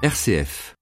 RCF.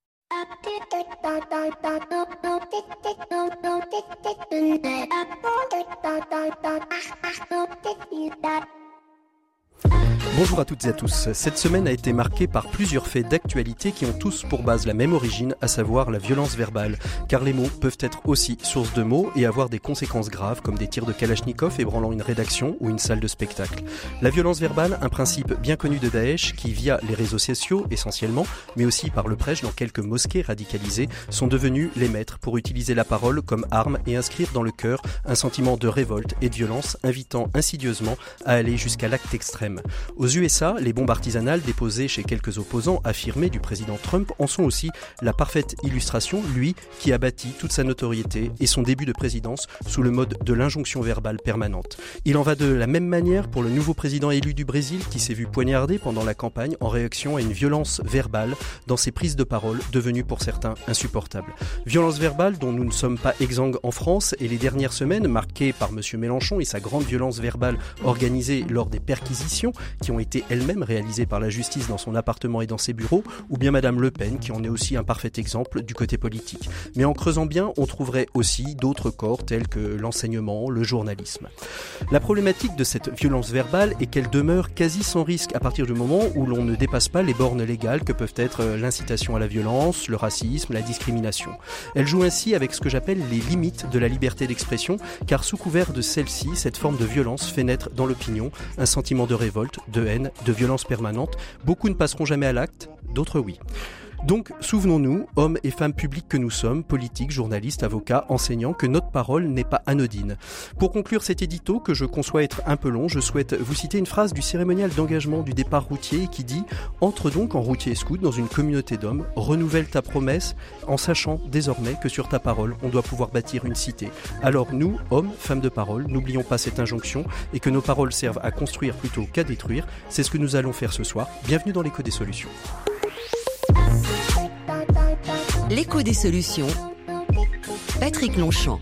Bonjour à toutes et à tous. Cette semaine a été marquée par plusieurs faits d'actualité qui ont tous pour base la même origine, à savoir la violence verbale. Car les mots peuvent être aussi source de mots et avoir des conséquences graves comme des tirs de Kalachnikov ébranlant une rédaction ou une salle de spectacle. La violence verbale, un principe bien connu de Daesh qui, via les réseaux sociaux essentiellement, mais aussi par le prêche dans quelques mosquées radicalisées, sont devenus les maîtres pour utiliser la parole comme arme et inscrire dans le cœur un sentiment de révolte et de violence, invitant insidieusement à aller jusqu'à l'acte extrême. Aux USA, les bombes artisanales déposées chez quelques opposants affirmés du président Trump en sont aussi la parfaite illustration, lui qui a bâti toute sa notoriété et son début de présidence sous le mode de l'injonction verbale permanente. Il en va de la même manière pour le nouveau président élu du Brésil qui s'est vu poignardé pendant la campagne en réaction à une violence verbale dans ses prises de parole devenues pour certains insupportables. Violence verbale dont nous ne sommes pas exsangues en France et les dernières semaines marquées par M. Mélenchon et sa grande violence verbale organisée lors des perquisitions qui ont été elles-mêmes réalisées par la justice dans son appartement et dans ses bureaux, ou bien Madame Le Pen, qui en est aussi un parfait exemple du côté politique. Mais en creusant bien, on trouverait aussi d'autres corps tels que l'enseignement, le journalisme. La problématique de cette violence verbale est qu'elle demeure quasi sans risque à partir du moment où l'on ne dépasse pas les bornes légales que peuvent être l'incitation à la violence, le racisme, la discrimination. Elle joue ainsi avec ce que j'appelle les limites de la liberté d'expression, car sous couvert de celle-ci, cette forme de violence fait naître dans l'opinion un sentiment de révolte, de haine, de violence permanente. Beaucoup ne passeront jamais à l'acte, d'autres oui. Donc, souvenons-nous, hommes et femmes publics que nous sommes, politiques, journalistes, avocats, enseignants, que notre parole n'est pas anodine. Pour conclure cet édito, que je conçois être un peu long, je souhaite vous citer une phrase du cérémonial d'engagement du départ routier qui dit « Entre donc en routier scout dans une communauté d'hommes, renouvelle ta promesse en sachant désormais que sur ta parole, on doit pouvoir bâtir une cité. Alors nous, hommes, femmes de parole, n'oublions pas cette injonction et que nos paroles servent à construire plutôt qu'à détruire. C'est ce que nous allons faire ce soir. Bienvenue dans l'Écho des solutions. L'écho des solutions, Patrick Longchamp.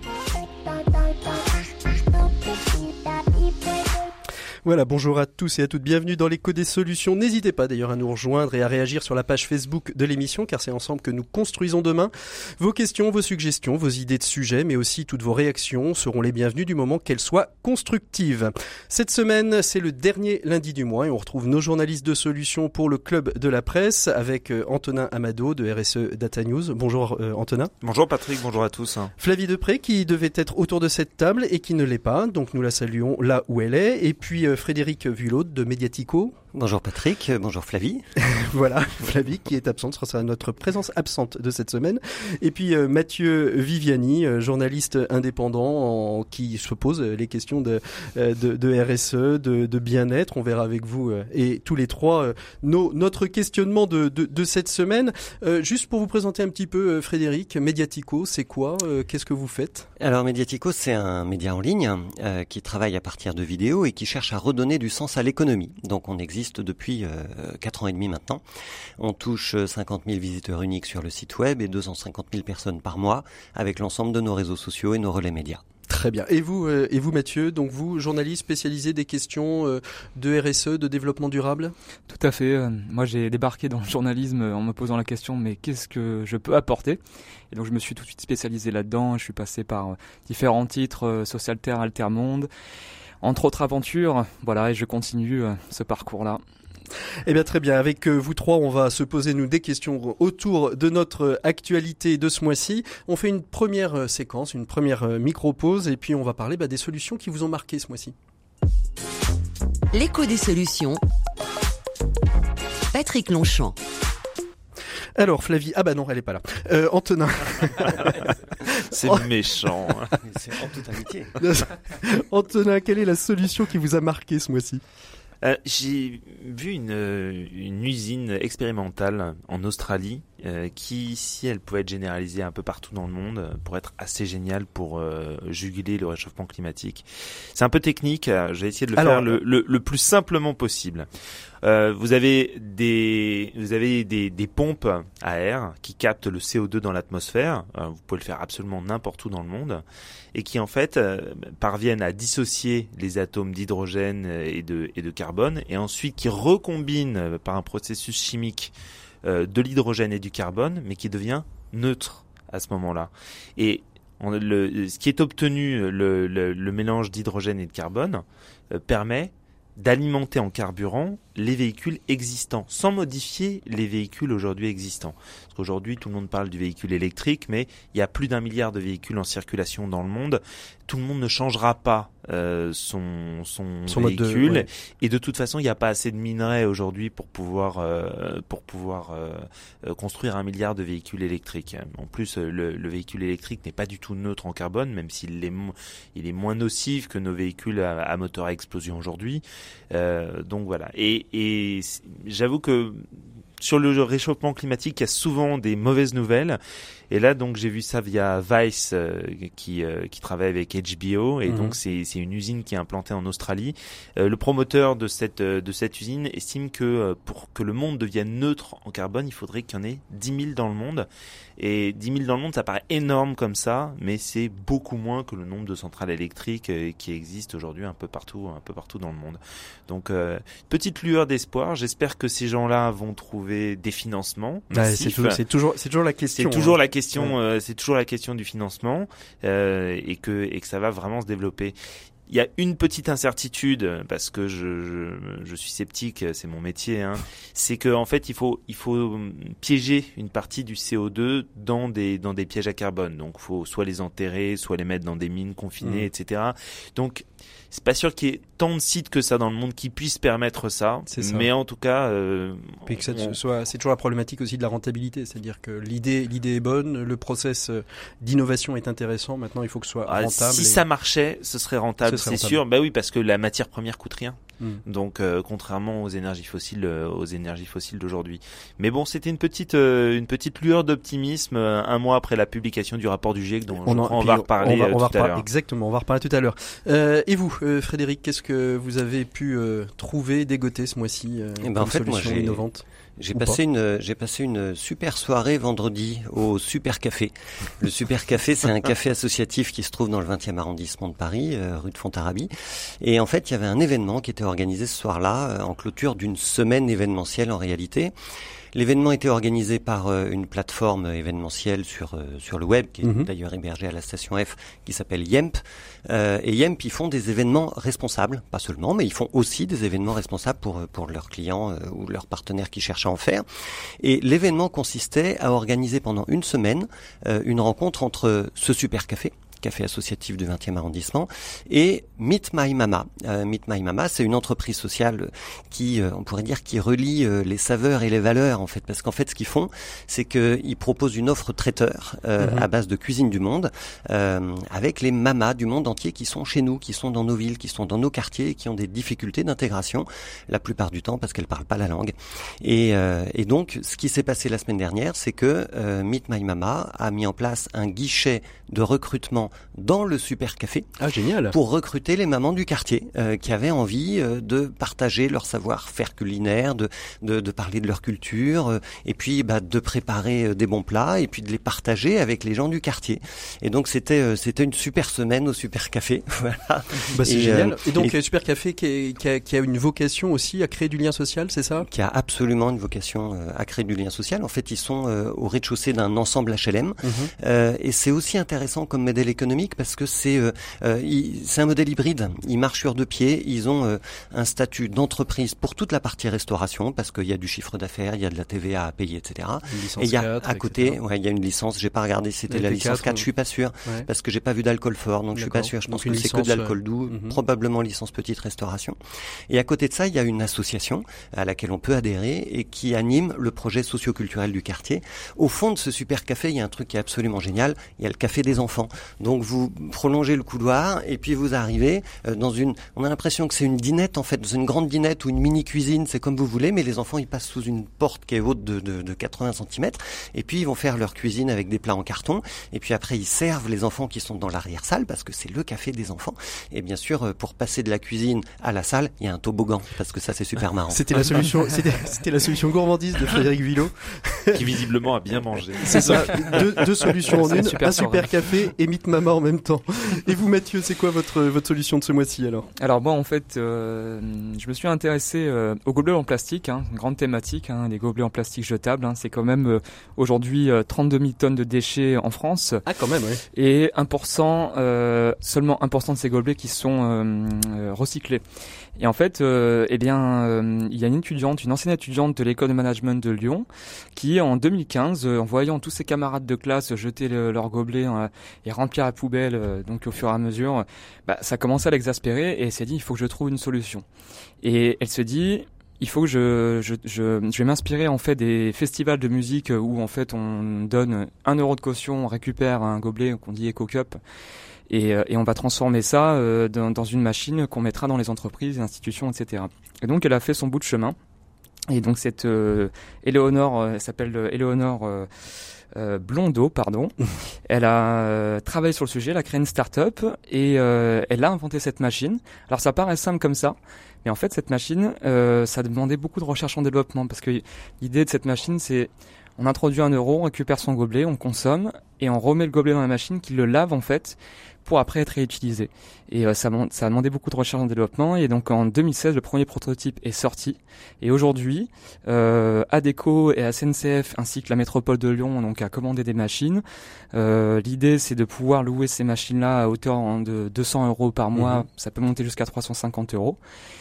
Voilà, bonjour à tous et à toutes, bienvenue dans l'Écho des solutions. N'hésitez pas d'ailleurs à nous rejoindre et à réagir sur la page Facebook de l'émission, car c'est ensemble que nous construisons demain. Vos questions, vos suggestions, vos idées de sujets, mais aussi toutes vos réactions seront les bienvenues du moment qu'elles soient constructives. Cette semaine, c'est le dernier lundi du mois et on retrouve nos journalistes de solutions pour le Club de la Presse avec Antonin Amado de RSE Data News. Bonjour Antonin. Bonjour Patrick, bonjour à tous. Flavie Depré qui devait être autour de cette table et qui ne l'est pas, donc nous la saluons là où elle est. Et puis Frédéric Vulot de Mediatico. Bonjour Patrick, bonjour Flavie. Voilà, Flavie qui est absente, ce sera notre présence absente de cette semaine. Et puis Mathieu Viviani, journaliste indépendant qui se pose les questions de RSE, de bien-être. On verra avec vous et tous les trois notre questionnement de cette semaine. Juste pour vous présenter un petit peu Frédéric, Mediatico, c'est quoi ? Qu'est-ce que vous faites ? Alors Mediatico, c'est un média en ligne qui travaille à partir de vidéos et qui cherche à redonner du sens à l'économie. Donc on existe depuis 4 ans et demi maintenant. On touche 50 000 visiteurs uniques sur le site web et 250 000 personnes par mois avec l'ensemble de nos réseaux sociaux et nos relais médias. Très bien. Et vous Mathieu, donc vous, journaliste spécialisé des questions de RSE, de développement durable ? Tout à fait. Moi, j'ai débarqué dans le journalisme en me posant la question, mais qu'est-ce que je peux apporter ? Et donc, je me suis tout de suite spécialisé là-dedans. Je suis passé par différents titres, Socialterre, Altermonde, entre autres aventures. Voilà, et je continue ce parcours-là. Eh bien très bien, avec vous trois on va se poser nous des questions autour de notre actualité de ce mois-ci. On fait une première séquence, une première micro-pause et puis on va parler des solutions qui vous ont marqué ce mois-ci. L'écho des solutions, Patrick Longchamp. Alors Flavie, non elle est pas là. Antonin. C'est méchant. C'est en toute amitié. Antonin, quelle est la solution qui vous a marqué ce mois-ci ? J'ai vu une usine expérimentale en Australie qui, si elle pouvait être généralisée un peu partout dans le monde, pourrait être assez géniale pour juguler le réchauffement climatique. C'est un peu technique, j'ai essayé de le faire le plus simplement possible. Vous avez des pompes à air qui captent le CO2 dans l'atmosphère. Vous pouvez le faire absolument n'importe où dans le monde et qui en fait parviennent à dissocier les atomes d'hydrogène et de carbone et ensuite qui recombinent par un processus chimique de l'hydrogène et du carbone, mais qui devient neutre à ce moment-là. Et ce qui est obtenu, le mélange d'hydrogène et de carbone, permet d'alimenter en carburant les véhicules existants, sans modifier les véhicules aujourd'hui existants. Parce qu'aujourd'hui, tout le monde parle du véhicule électrique, mais il y a plus d'1 milliard de véhicules en circulation dans le monde. Tout le monde ne changera pas son véhicule. Ouais. Et de toute façon, il n'y a pas assez de minerais aujourd'hui pour pouvoir construire 1 milliard de véhicules électriques. En plus, le véhicule électrique n'est pas du tout neutre en carbone, même s'il est moins nocif que nos véhicules à moteur à explosion aujourd'hui. Donc voilà. Et j'avoue que sur le réchauffement climatique, il y a souvent des mauvaises nouvelles. Et là, donc, j'ai vu ça via Vice, qui travaille avec HBO. Et donc, c'est une usine qui est implantée en Australie. Le promoteur de cette usine estime que pour que le monde devienne neutre en carbone, il faudrait qu'il y en ait 10 000 dans le monde. Et 10 000 dans le monde, ça paraît énorme comme ça, mais c'est beaucoup moins que le nombre de centrales électriques qui existent aujourd'hui un peu partout dans le monde. Donc, petite lueur d'espoir. J'espère que ces gens-là vont trouver des financements. Ouais, c'est toujours la question. C'est toujours la question. C'est toujours la question du financement et que ça va vraiment se développer. Il y a une petite incertitude parce que je suis sceptique, c'est mon métier. C'est que en fait il faut piéger une partie du CO2 dans des pièges à carbone. Donc il faut soit les enterrer, soit les mettre dans des mines confinées, etc. Donc c'est pas sûr qu'il y ait tant de sites que ça dans le monde qui puissent permettre ça. Mais en tout cas, puis que c'est toujours la problématique aussi de la rentabilité, c'est-à-dire que l'idée est bonne, le process d'innovation est intéressant. Maintenant, il faut que ce soit rentable. Si ça marchait, ce serait rentable, c'est sûr. Bah oui, parce que la matière première coûte rien. Donc, contrairement aux énergies fossiles d'aujourd'hui. Mais bon, c'était une petite lueur d'optimisme un mois après la publication du rapport du GIEC, dont on va reparler tout à l'heure. Exactement, on va reparler tout à l'heure. Et vous, Frédéric, qu'est-ce que vous avez pu trouver, dégoter ce mois-ci comme solution innovante? J'ai passé une super soirée vendredi au Super Café. Le Super Café, c'est un café associatif qui se trouve dans le 20e arrondissement de Paris, rue de Fontarabie. Et en fait, il y avait un événement qui était organisé ce soir-là, en clôture d'une semaine événementielle en réalité. L'événement était organisé par une plateforme événementielle sur le web, qui est d'ailleurs hébergée à la station F, qui s'appelle Yemp. Et Yemp, ils font des événements responsables, pas seulement, mais ils font aussi des événements responsables pour leurs clients ou leurs partenaires qui cherchent à en faire. Et l'événement consistait à organiser pendant une semaine une rencontre entre ce Super Café associatif du 20e arrondissement, et Meet My Mama. Meet My Mama, c'est une entreprise sociale qui, on pourrait dire, qui relie les saveurs et les valeurs, en fait, parce qu'en fait, ce qu'ils font, c'est qu'ils proposent une offre traiteur à base de cuisine du monde, avec les mamas du monde entier qui sont chez nous, qui sont dans nos villes, qui sont dans nos quartiers, et qui ont des difficultés d'intégration, la plupart du temps parce qu'elles parlent pas la langue. Et donc, ce qui s'est passé la semaine dernière, c'est que Meet My Mama a mis en place un guichet de recrutement dans le Super Café. Ah, génial. Pour recruter les mamans du quartier qui avaient envie de partager leur savoir-faire culinaire, de parler de leur culture, et puis de préparer des bons plats, et puis de les partager avec les gens du quartier. Et donc c'était une super semaine au Super Café. Voilà. C'est génial. Et donc Super Café qui a une vocation aussi à créer du lien social, c'est ça? Qui a absolument une vocation à créer du lien social. En fait, ils sont au rez-de-chaussée d'un ensemble HLM, et c'est aussi intéressant comme modèle économique parce que c'est un modèle hybride. Ils marchent sur deux pieds. Ils ont un statut d'entreprise pour toute la partie restauration parce qu'il y a du chiffre d'affaires, il y a de la TVA à payer, etc. Et il y a à côté, il y a une licence. J'ai pas regardé si c'était la licence 4. Je suis pas sûr parce que j'ai pas vu d'alcool fort, donc je suis pas sûr. Je pense que c'est que de l'alcool doux, probablement licence petite restauration. Et à côté de ça, il y a une association à laquelle on peut adhérer et qui anime le projet socioculturel du quartier. Au fond de ce Super Café, il y a un truc qui est absolument génial. Il y a le café des enfants. Donc vous prolongez le couloir et puis vous arrivez dans on a l'impression que c'est une dinette en fait, dans une grande dinette ou une mini cuisine, c'est comme vous voulez, mais les enfants ils passent sous une porte qui est haute de 80 cm et puis ils vont faire leur cuisine avec des plats en carton et puis après ils servent les enfants qui sont dans l'arrière-salle parce que c'est le café des enfants. Et bien sûr pour passer de la cuisine à la salle, il y a un toboggan parce que ça c'est super marrant. C'était la solution gourmandise de Frédéric Villot. qui visiblement a bien mangé. C'est ça, deux solutions en C'est une, un super super café et Meet Mama en même temps. Et vous Mathieu, c'est quoi votre solution de ce mois-ci alors ? Alors moi en fait, je me suis intéressé aux gobelets en plastique, une grande thématique, les gobelets en plastique jetables. C'est quand même aujourd'hui 32 000 tonnes de déchets en France. Ah quand même, oui. Et 1%, seulement 1% de ces gobelets qui sont recyclés. Et en fait, il y a une ancienne étudiante de l'école de management de Lyon, qui en 2015, en voyant tous ses camarades de classe jeter leurs gobelets et remplir la poubelle, donc au fur et à mesure, ça commençait à l'exaspérer et elle s'est dit il faut que je trouve une solution. Et elle se dit il faut que je vais m'inspirer en fait des festivals de musique où en fait on donne 1 euro de caution, on récupère un gobelet qu'on dit Eco Cup. Et on va transformer ça dans une machine qu'on mettra dans les entreprises, les institutions, etc. Et donc elle a fait son bout de chemin. Et donc cette Éléonore, elle s'appelle Éléonore Blondeau, pardon. Elle a travaillé sur le sujet, elle a créé une start-up et elle a inventé cette machine. Alors ça paraît simple comme ça, mais en fait cette machine, ça demandait beaucoup de recherche en développement parce que l'idée de cette machine, c'est on introduit 1 euro, on récupère son gobelet, on consomme et on remet le gobelet dans la machine qui le lave en fait pour après être réutilisé. Et ça a demandé beaucoup de recherche en développement et donc en 2016 le premier prototype est sorti et aujourd'hui ADECO et SNCF ainsi que la métropole de Lyon donc a commandé des machines. L'idée c'est de pouvoir louer ces machines-là à hauteur de 200 euros par mois, ça peut monter jusqu'à 350 euros.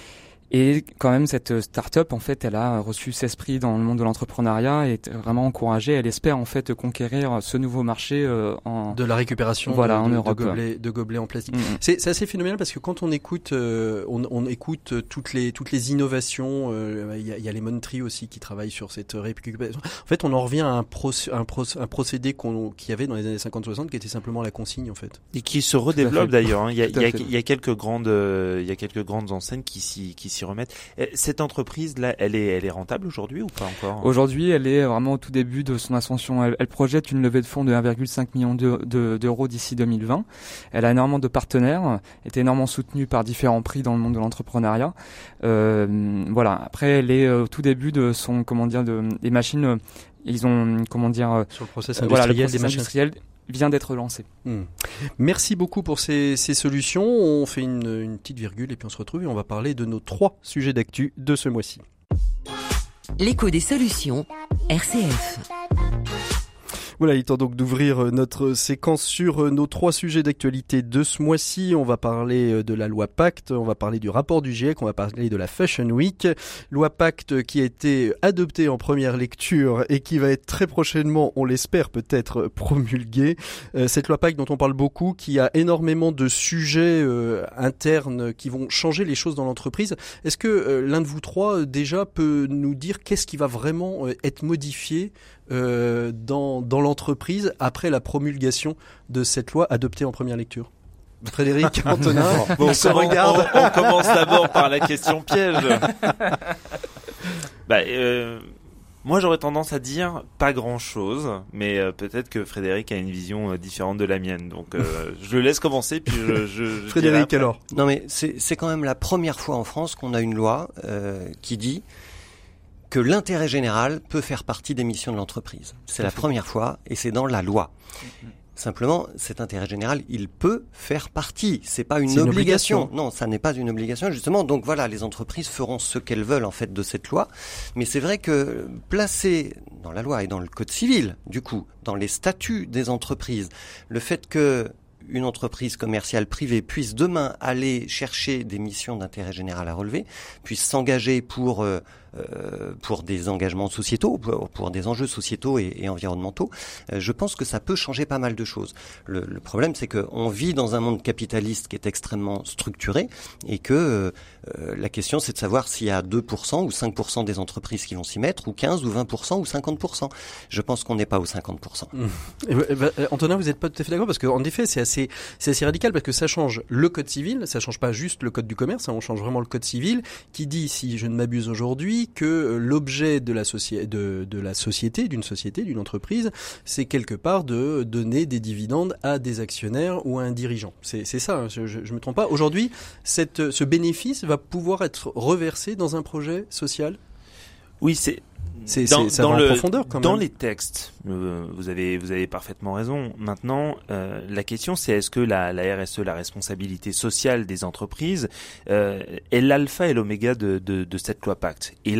Et quand même, cette start-up, en fait, elle a reçu 16 prix dans le monde de l'entrepreneuriat et est vraiment encouragée. Elle espère, en fait, conquérir ce nouveau marché de la récupération en Europe. De gobelets en plastique. C'est assez phénoménal parce que quand on écoute, on écoute toutes les innovations. Il y a Lemon Tree aussi qui travaille sur cette récupération. En fait, on en revient à un procédé qu'il y avait dans les années 50-60 qui était simplement la consigne, en fait. Et qui se redéveloppe d'ailleurs. Il y a quelques grandes enseignes qui s'y remettre. Cette entreprise-là, elle est rentable aujourd'hui ou pas encore ? Aujourd'hui, elle est vraiment au tout début de son ascension. Elle projette une levée de fonds de 1,5 million d'euros d'ici 2020. Elle a énormément de partenaires, est énormément soutenue par différents prix dans le monde de l'entrepreneuriat. Voilà. Après, elle est au tout début de son, des machines. Ils ont, sur le process industriel, le process industriel vient d'être lancé. Merci beaucoup pour ces solutions. On fait une petite virgule et puis on se retrouve et on va parler de nos 3 sujets d'actu de ce mois-ci. L'écho des solutions, RCF. Voilà, il est temps donc d'ouvrir notre séquence sur nos 3 sujets d'actualité de ce mois-ci. On va parler de la loi Pacte, on va parler du rapport du GIEC, on va parler de la Fashion Week. Loi Pacte qui a été adoptée en première lecture et qui va être très prochainement, on l'espère peut-être, promulguée. Cette loi Pacte dont on parle beaucoup, qui a énormément de sujets internes qui vont changer les choses dans l'entreprise. Est-ce que l'un de vous 3 déjà peut nous dire qu'est-ce qui va vraiment être modifié dans l'entreprise après la promulgation de cette loi adoptée en première lecture? Frédéric, Antonin, on commence d'abord par la question piège. Moi j'aurais tendance à dire pas grand-chose, mais peut-être que Frédéric a une vision différente de la mienne. Donc je le laisse commencer puis je Frédéric alors. Non mais c'est quand même la première fois en France qu'on a une loi qui dit que l'intérêt général peut faire partie des missions de l'entreprise. C'est la première fois et c'est dans la loi. Simplement, cet intérêt général, il peut faire partie. C'est pas une obligation. Non, ça n'est pas une obligation, justement. Donc voilà, les entreprises feront ce qu'elles veulent, en fait, de cette loi. Mais c'est vrai que placer dans la loi et dans le code civil, du coup, dans les statuts des entreprises, le fait que une entreprise commerciale privée puisse demain aller chercher des missions d'intérêt général à relever, puisse s'engager pour des engagements sociétaux, pour des enjeux sociétaux et environnementaux, je pense que ça peut changer pas mal de choses. Le problème, c'est qu'on vit dans un monde capitaliste qui est extrêmement structuré et que la question, c'est de savoir s'il y a 2% ou 5% des entreprises qui vont s'y mettre, ou 15 ou 20% ou 50%. Je pense qu'on n'est pas aux 50%. Antonin, vous n'êtes pas tout à fait d'accord parce qu'en effet, c'est assez radical parce que ça change le code civil, ça change pas juste le code du commerce, on change vraiment le code civil qui dit, si je ne m'abuse aujourd'hui, que l'objet de la société, d'une entreprise, c'est quelque part de donner des dividendes à des actionnaires ou à un dirigeant. C'est ça, je me trompe pas. Aujourd'hui, ce bénéfice va pouvoir être reversé dans un projet social ? Oui, ça va en profondeur quand même. Dans les textes, vous avez parfaitement raison. Maintenant, la question c'est est-ce que la RSE, la responsabilité sociale des entreprises, est l'alpha et l'oméga de cette loi Pacte. Et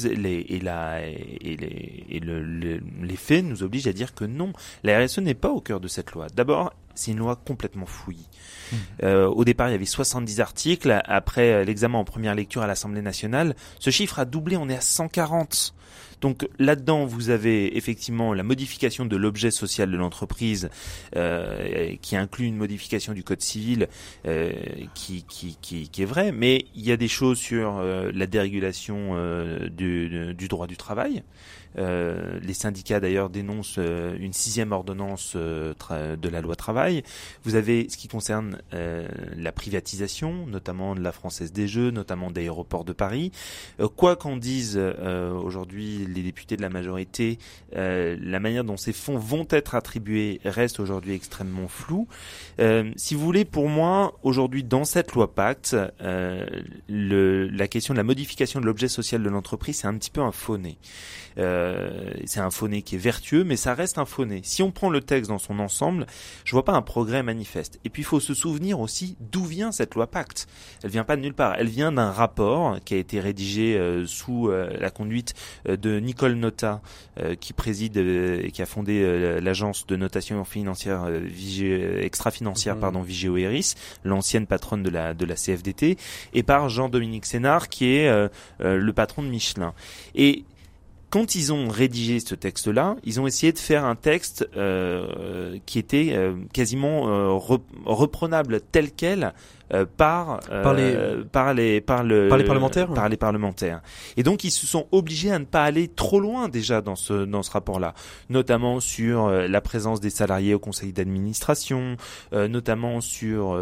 les faits nous obligent à dire que non, la RSE n'est pas au cœur de cette loi. D'abord, c'est une loi complètement fouillie. Au départ, il y avait 70 articles. Après l'examen en première lecture à l'Assemblée nationale, ce chiffre a doublé, on est à 140. Donc là-dedans, vous avez effectivement la modification de l'objet social de l'entreprise, qui inclut une modification du code civil, qui est vraie, mais il y a des choses sur la dérégulation du droit du travail. Les syndicats d'ailleurs dénoncent une 6e ordonnance de la loi travail. Vous avez ce qui concerne la privatisation, notamment de la Française des Jeux, notamment d'Aéroports de Paris. Quoi qu'en disent aujourd'hui les députés de la majorité, la manière dont ces fonds vont être attribués reste aujourd'hui extrêmement floue. Si vous voulez, pour moi, aujourd'hui dans cette loi Pacte, la question de la modification de l'objet social de l'entreprise, c'est un petit peu un faux nez. C'est un faux nez qui est vertueux, mais ça reste un faux nez. Si on prend le texte dans son ensemble, je vois pas un progrès manifeste. Et puis il faut se souvenir aussi d'où vient cette loi Pacte. Elle vient pas de nulle part. Elle vient d'un rapport qui a été rédigé sous la conduite de Nicole Notat, qui préside et qui a fondé l'agence de notation financière extra-financière Vigeo Eiris, l'ancienne patronne de la CFDT, et par Jean-Dominique Sénard, qui est le patron de Michelin. Et quand ils ont rédigé ce texte-là, ils ont essayé de faire un texte qui était quasiment reprenable tel quel par les parlementaires. Par les parlementaires. Et donc ils se sont obligés à ne pas aller trop loin déjà dans ce rapport-là, notamment sur la présence des salariés au conseil d'administration, notamment sur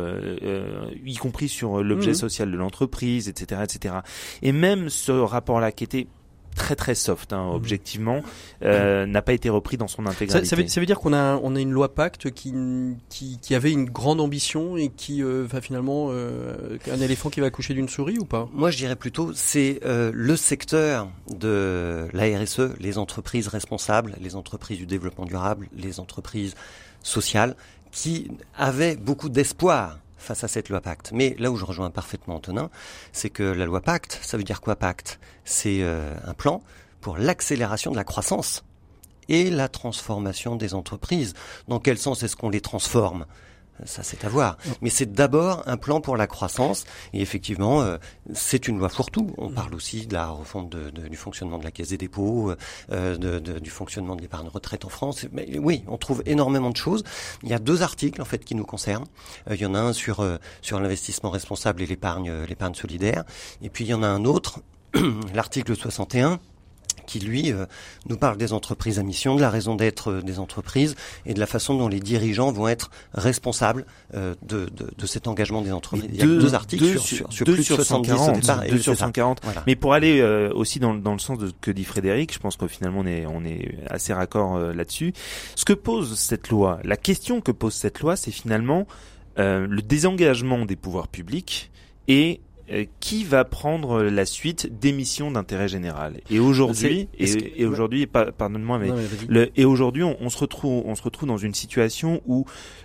y compris sur l'objet social de l'entreprise, etc., etc. Et même ce rapport-là qui était très très soft, objectivement, n'a pas été repris dans son intégralité. Ça veut dire qu'on a une loi Pacte qui avait une grande ambition et qui va finalement un éléphant qui va accoucher d'une souris ou pas? Moi je dirais plutôt c'est le secteur de la RSE, les entreprises responsables, les entreprises du développement durable, les entreprises sociales qui avaient beaucoup d'espoir face à cette loi Pacte. Mais là où je rejoins parfaitement Antonin, c'est que la loi Pacte, ça veut dire quoi Pacte? C'est un plan pour l'accélération de la croissance et la transformation des entreprises. Dans quel sens est-ce qu'on les transforme ? Ça, c'est à voir. Mais c'est d'abord un plan pour la croissance. Et effectivement, c'est une loi fourre-tout. On parle aussi de la refonte du fonctionnement de la Caisse des dépôts, du fonctionnement de l'épargne retraite en France. Mais oui, on trouve énormément de choses. Il y a 2 articles, en fait, qui nous concernent. Il y en a un sur l'investissement responsable et l'épargne solidaire. Et puis, il y en a un autre, l'article 61, qui lui nous parle des entreprises à mission, de la raison d'être des entreprises et de la façon dont les dirigeants vont être responsables de cet engagement des entreprises. Il y a 2 articles sur plus de 70 au départ. 2 sur 140. Voilà. Mais pour aller aussi dans le sens de ce que dit Frédéric, je pense que finalement on est assez raccord là-dessus. Ce que pose cette loi, la question que pose cette loi, c'est finalement le désengagement des pouvoirs publics et qui va prendre la suite des missions d'intérêt général. Et aujourd'hui, pardonne-moi, mais et aujourd'hui, on se retrouve dans une situation où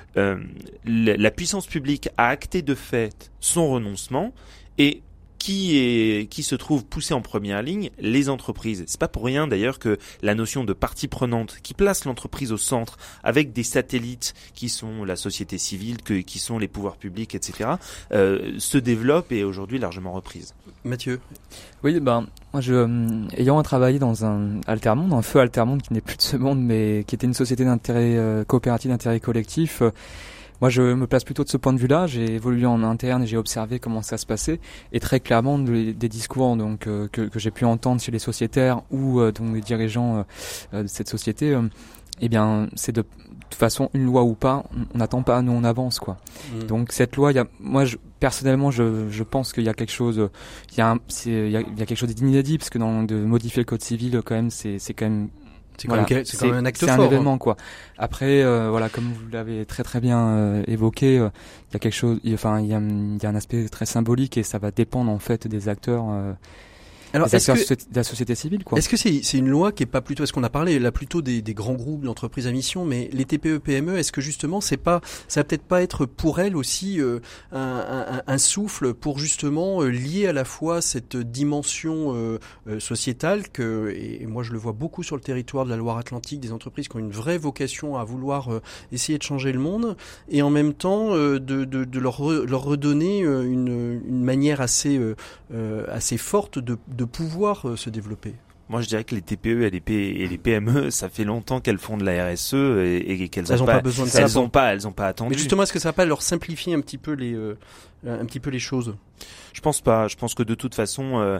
la puissance publique a acté de fait son renoncement et qui se trouve poussé en première ligne, les entreprises. C'est pas pour rien d'ailleurs que la notion de partie prenante qui place l'entreprise au centre avec des satellites qui sont la société civile, qui sont les pouvoirs publics, etc., se développe et est aujourd'hui largement reprise. Mathieu. Oui, moi ayant travaillé dans un feu Altermonde qui n'est plus de ce monde, mais qui était une société d'intérêt coopérative d'intérêt collectif. Moi, je me place plutôt de ce point de vue-là. J'ai évolué en interne et j'ai observé comment ça se passait. Et très clairement, des discours que j'ai pu entendre chez les sociétaires ou donc les dirigeants de cette société, c'est de toute façon une loi ou pas, on n'attend pas, nous on avance quoi. Donc cette loi, personnellement, je pense qu'il y a quelque chose, il y a quelque chose d'inédit parce que de modifier le code civil quand même, c'est quand même. C'est quand même un acte fort. C'est un événement, quoi. Après, comme vous l'avez très très bien évoqué, il y a quelque chose, il y a un aspect très symbolique et ça va dépendre en fait des acteurs. Alors, acteurs de la société civile, quoi. Est-ce que c'est une loi qui est pas plutôt, est-ce qu'on a parlé là plutôt des grands groupes d'entreprises à mission, mais les TPE, PME, est-ce que justement ça va peut-être pas être pour elles aussi un souffle pour justement lier à la fois cette dimension sociétale et moi je le vois beaucoup sur le territoire de la Loire-Atlantique, des entreprises qui ont une vraie vocation à vouloir essayer de changer le monde, et en même temps de leur redonner une manière assez forte de pouvoir se développer. Moi, je dirais que les TPE et les PME, ça fait longtemps qu'elles font de la RSE et qu'elles n'ont pas besoin de ça. Elles ont pas attendu. Mais justement, est-ce que ça va pas leur simplifier un petit peu les choses? Je pense pas. Je pense que de toute façon,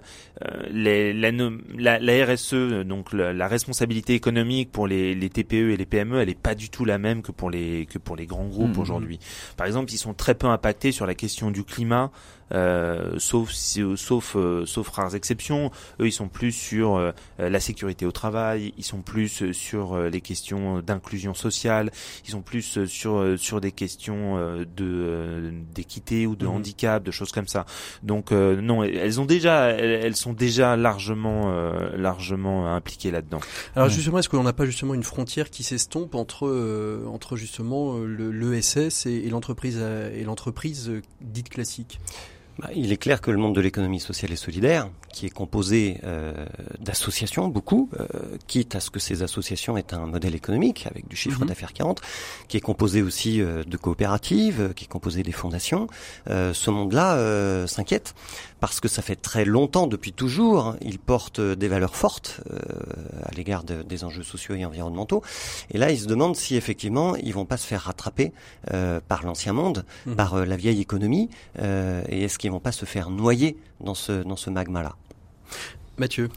la RSE, donc la responsabilité économique pour les TPE et les PME, elle est pas du tout la même que pour les grands groupes aujourd'hui. Par exemple, ils sont très peu impactés sur la question du climat, sauf rares exceptions. Eux, ils sont plus sur la sécurité au travail, ils sont plus sur les questions d'inclusion sociale, ils sont plus sur des questions d'équité ou de handicap, de choses comme ça. Donc non, elles sont déjà largement impliquées là-dedans. Alors justement, est-ce qu'on n'a pas justement une frontière qui s'estompe entre justement l'ESS et l'entreprise dite classique? Il est clair que le monde de l'économie sociale et solidaire, qui est composé d'associations, beaucoup, quitte à ce que ces associations aient un modèle économique avec du chiffre d'affaires qui rentre, qui est composé aussi de coopératives, qui est composé des fondations, ce monde-là s'inquiète parce que ça fait très longtemps, depuis toujours, il porte des valeurs fortes à l'égard des enjeux sociaux et environnementaux. Et là, ils se demandent si effectivement, ils vont pas se faire rattraper par l'ancien monde, par la vieille économie, et est-ce qu'ils vont pas se faire noyer dans ce magma-là. Mathieu.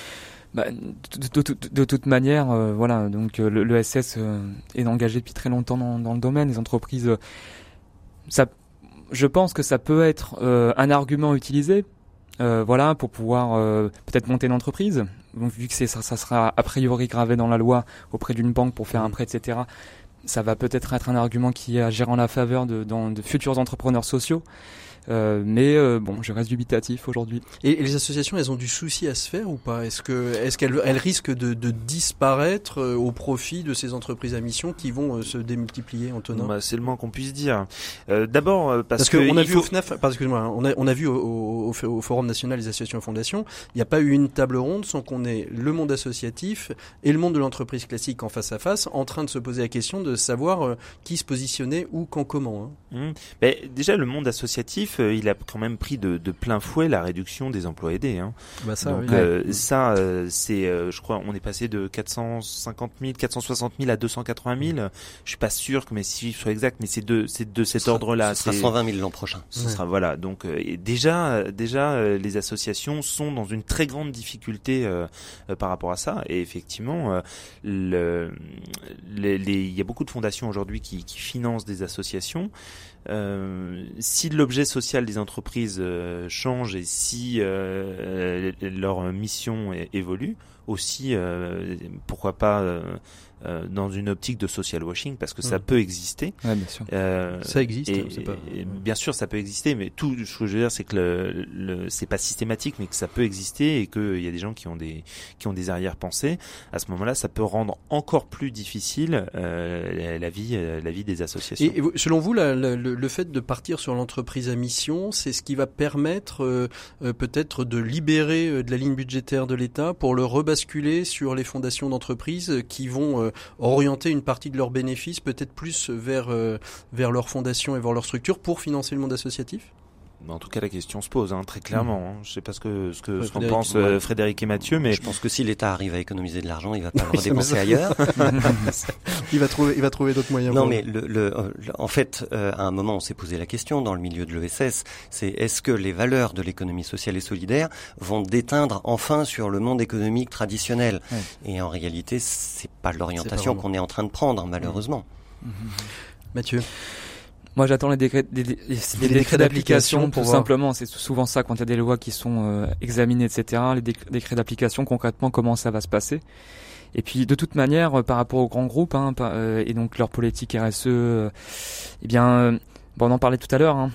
De toute manière, voilà, donc l'ESS est engagé depuis très longtemps dans le domaine. Les entreprises, je pense que ça peut être un argument utilisé, voilà, pour pouvoir peut-être monter une entreprise. Donc vu que ça sera a priori gravé dans la loi auprès d'une banque pour faire un prêt, etc. Ça va peut-être être un argument qui agira en la faveur de futurs entrepreneurs sociaux. Mais bon, je reste dubitatif aujourd'hui. Et les associations, elles ont du souci à se faire ou pas? Est-ce qu'elles risquent de disparaître au profit de ces entreprises à mission qui vont se démultiplier, Antonin? C'est le moins qu'on puisse dire. D'abord parce que on a vu au FNAF, excuse-moi, on a vu au Forum national des associations et fondations, il n'y a pas eu une table ronde sans qu'on ait le monde associatif et le monde de l'entreprise classique en face à face, en train de se poser la question de savoir qui se positionnait où, quand, comment. Déjà, le monde associatif, il a quand même pris de plein fouet la réduction des emplois aidés. Donc c'est, je crois, on est passé de 450 000, 460 000 à 280 000. Je suis pas sûr que mes chiffres soient exacts, mais c'est de cet ordre-là. Ce sera 120 000 l'an prochain. Ce sera, voilà. Donc déjà, les associations sont dans une très grande difficulté par rapport à ça. Et effectivement, il y a beaucoup de fondations aujourd'hui qui financent des associations. Si l'objet social des entreprises change et si leur mission évolue, aussi pourquoi pas dans une optique de social washing, parce que ça peut exister. Ouais, bien sûr. Ça existe. Bien sûr, ça peut exister, mais tout ce que je veux dire, c'est que c'est pas systématique, mais que ça peut exister et qu'il y a des gens qui ont des arrière-pensées. À ce moment-là, ça peut rendre encore plus difficile la vie des associations. Et selon vous, le fait de partir sur l'entreprise à mission, c'est ce qui va permettre peut-être de libérer de la ligne budgétaire de l'État pour le rebasculer sur les fondations d'entreprises qui vont orienter une partie de leurs bénéfices peut-être plus vers leur fondation et vers leur structure pour financer le monde associatif? En tout cas, la question se pose très clairement. Je sais pas ce qu'en pensent Frédéric et Mathieu, mais je pense que si l'État arrive à économiser de l'argent, il va pas le redépenser ailleurs. Il va trouver d'autres moyens. Non, mais en fait, à un moment, on s'est posé la question dans le milieu de l'ESS, c'est est-ce que les valeurs de l'économie sociale et solidaire vont déteindre enfin sur le monde économique traditionnel? Et en réalité, c'est pas l'orientation qu'on est en train de prendre, malheureusement. Mathieu. Moi, j'attends les décrets d'application tout simplement. C'est souvent ça quand il y a des lois qui sont examinées, etc. Les décrets d'application, concrètement, comment ça va se passer. Et puis, de toute manière, par rapport aux grands groupes et donc leur politique RSE, Bon, on en parlait tout à l'heure.